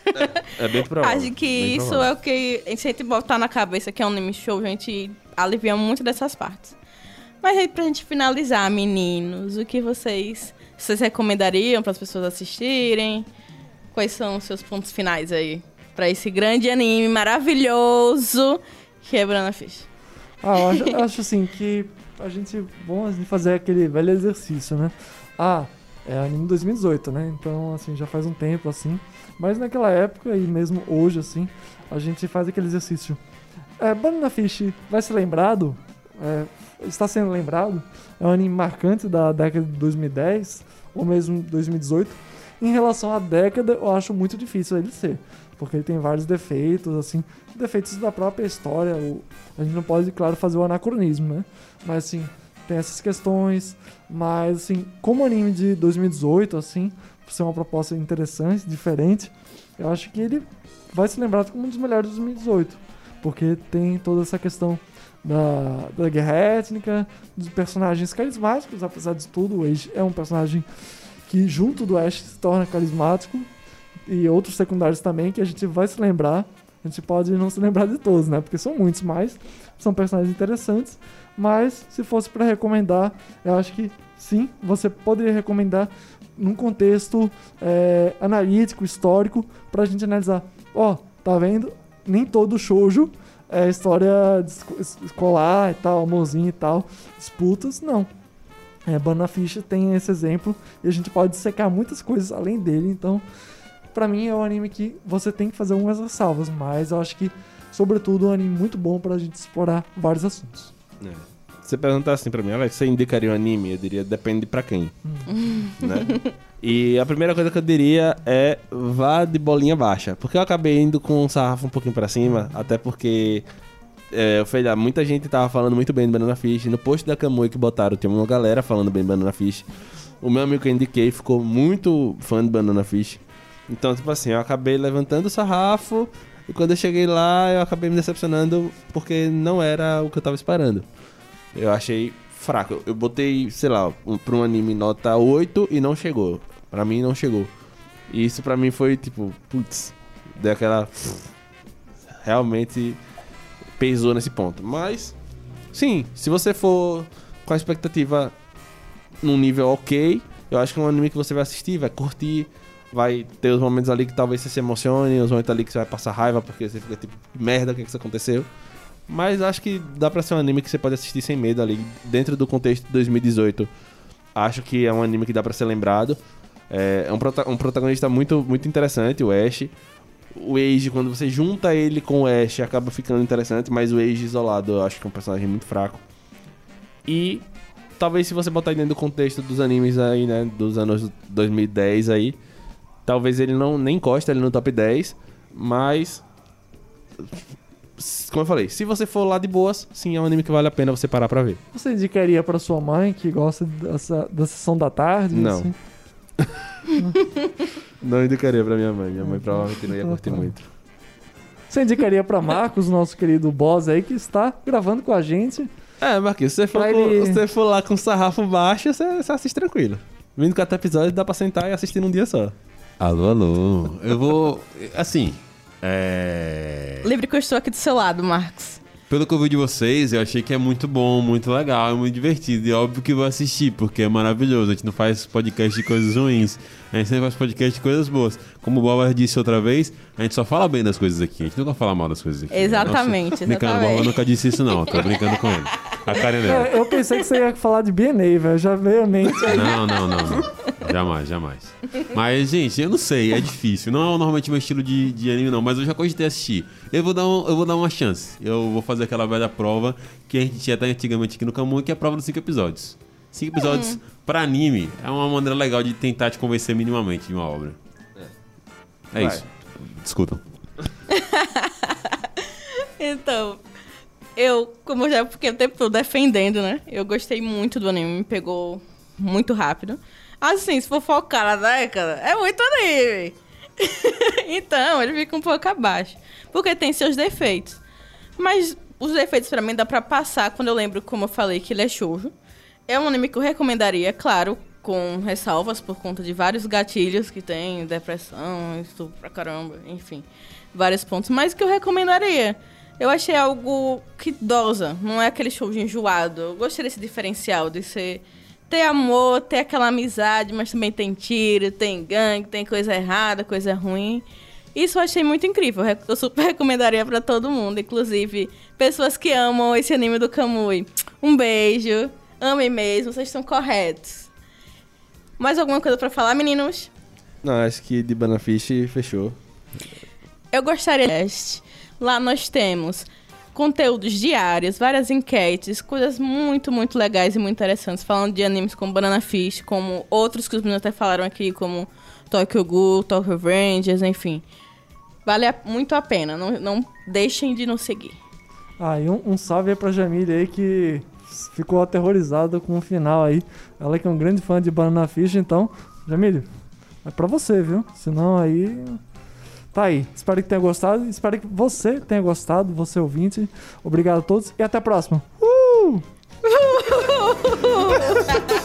É bem provável. Acho que bem isso provável. é o que, se a gente botar na cabeça que é um anime shoujo, a gente alivia muito dessas partes. Mas aí, pra gente finalizar, meninos, o que vocês, vocês recomendariam para as pessoas assistirem? Quais são os seus pontos finais aí pra esse grande anime maravilhoso que é Banana Fish? Ah, eu acho, eu acho assim que a gente bom assim, fazer aquele velho exercício, né? Ah, é anime dois mil e dezoito, né? Então, assim, já faz um tempo, assim. Mas naquela época e mesmo hoje, assim, a gente faz aquele exercício. É, Banana Fish vai ser lembrado? É, está sendo lembrado? É um anime marcante da década de dois mil e dez ou mesmo dois mil e dezoito. Em relação à década, eu acho muito difícil ele ser. Porque ele tem vários defeitos, assim, defeitos da própria história. O, a gente não pode, claro, fazer o anacronismo, né? Mas, assim, tem essas questões. Mas, assim, como anime de dois mil e dezoito, assim, por ser uma proposta interessante, diferente, eu acho que ele vai ser lembrado como um dos melhores de dois mil e dezoito. Porque tem toda essa questão da, da guerra étnica, dos personagens carismáticos, apesar de tudo. O Age é um personagem que, junto do Ash, se torna carismático. E outros secundários também, que a gente vai se lembrar. A gente pode não se lembrar de todos, né? Porque são muitos, mas são personagens interessantes. Mas, se fosse para recomendar, eu acho que sim, você poderia recomendar num contexto é, analítico, histórico, pra gente analisar. Ó, oh, tá vendo? Nem todo shoujo é história escolar e tal, amorzinho e tal, disputas, não. É, Banana Fish tem esse exemplo e a gente pode secar muitas coisas além dele, então... Pra mim é um anime que você tem que fazer algumas ressalvas, mas eu acho que, sobretudo, é um anime muito bom pra gente explorar vários assuntos. É. você perguntar assim pra mim, Alex, você indicaria um anime? Eu diria, depende pra quem. Né? E a primeira coisa que eu diria é vá de bolinha baixa. Porque eu acabei indo com um sarrafo um pouquinho pra cima, até porque é, eu falei, ah, muita gente tava falando muito bem de Banana Fish. No post da Kamui que botaram, tinha uma galera falando bem de Banana Fish. O meu amigo que eu indiquei ficou muito fã de Banana Fish. Então, tipo assim, eu acabei levantando o sarrafo e quando eu cheguei lá, eu acabei me decepcionando porque não era o que eu tava esperando. Eu achei fraco. Eu botei, sei lá, um, pra um anime nota oito e não chegou. Pra mim, não chegou. E isso pra mim foi, tipo, putz, deu aquela... Realmente pesou nesse ponto. Mas, sim, se você for com a expectativa num nível ok, eu acho que é um anime que você vai assistir, vai curtir, vai ter os momentos ali que talvez você se emocione, os momentos ali que você vai passar raiva porque você fica tipo, merda, o que, que isso aconteceu? Mas acho que dá pra ser um anime que você pode assistir sem medo ali, dentro do contexto de dois mil e dezoito. Acho que é um anime que dá pra ser lembrado. É um, prota- um protagonista muito, muito interessante, o Ash. O Eiji, quando você junta ele com o Ash, acaba ficando interessante, mas o Eiji isolado eu acho que é um personagem muito fraco. E talvez se você botar dentro do contexto dos animes aí, né, dos anos dois mil e dez aí, talvez ele não nem encosta ele no top dez, mas como eu falei, se você for lá de boas, sim, é um anime que vale a pena você parar pra ver. Você indicaria pra sua mãe que gosta dessa, da sessão da tarde? Não. Assim? Não indicaria pra minha mãe, minha mãe provavelmente não ia curtir muito. Você indicaria pra Marcos, nosso querido boss aí, que está gravando com a gente? É, Marquinhos, se você for, Pra com, ele- se você for lá com sarrafo baixo, você, você assiste tranquilo. vinte e quatro episódios dá pra sentar e assistir num dia só. Alô, alô. Eu vou... Assim, é... Livre que eu estou aqui do seu lado, Marcos. Pelo que eu vi de vocês, eu achei que é muito bom, muito legal, é muito divertido. E óbvio que vou assistir, porque é maravilhoso. A gente não faz podcast de coisas ruins, a gente sempre faz podcast de coisas boas. Como o Boba disse outra vez, a gente só fala bem das coisas aqui, a gente nunca fala mal das coisas aqui. Exatamente, Nossa, brincando, o exatamente. Boba nunca disse isso não, tô brincando com ele. A Karen dela. É, eu pensei que você ia falar de B N A, velho. Já veio a mente aí. Não, não, não, não. Jamais, jamais. Mas, gente, eu não sei, é difícil. Não é normalmente meu estilo de, de anime, não. Mas eu já cogitei assistir. Eu vou, dar um, eu vou dar uma chance. Eu vou fazer aquela velha prova que a gente tinha até antigamente aqui no Kamui, que é a prova dos cinco episódios. Cinco episódios pra anime é uma maneira legal de tentar te convencer minimamente de uma obra. É, Vai. isso. Discutam. Então, eu, como eu já fiquei o tempo todo defendendo, né? Eu gostei muito do anime, me pegou muito rápido. Assim, se for focar na década, é muito anime. Então, ele fica um pouco abaixo. Porque tem seus defeitos. Mas os defeitos pra mim dá pra passar quando eu lembro, como eu falei, que ele é shoujo. É um anime que eu recomendaria, claro, com ressalvas por conta de vários gatilhos que tem, depressão, estupro pra caramba, enfim, vários pontos, mas que eu recomendaria. Eu achei algo que dosa, não é aquele shoujo enjoado. Eu gostei desse diferencial, de ser ter amor, ter aquela amizade, mas também tem tiro, tem gangue, tem coisa errada, coisa ruim. Isso eu achei muito incrível. Eu super recomendaria pra todo mundo, inclusive pessoas que amam esse anime do Kamui. Um beijo, amem mesmo, vocês estão corretos. Mais alguma coisa pra falar, meninos? Não, acho que de Banana Fish fechou. Eu gostaria deste. Lá nós temos conteúdos diários, várias enquetes, coisas muito, muito legais e muito interessantes, falando de animes como Banana Fish, como outros que os meninos até falaram aqui, como Tokyo Ghoul, Tokyo Revengers, enfim. Vale a- muito a pena, não, não deixem de nos seguir. Ah, e um, um salve aí pra Jamile aí que ficou aterrorizada com o final aí. Ela que é um grande fã de Banana Fish, então, Jamile, é pra você, viu? Senão aí... Tá aí. Espero que tenha gostado. Espero que você tenha gostado, você ouvinte. Obrigado a todos e até a próxima. Uh!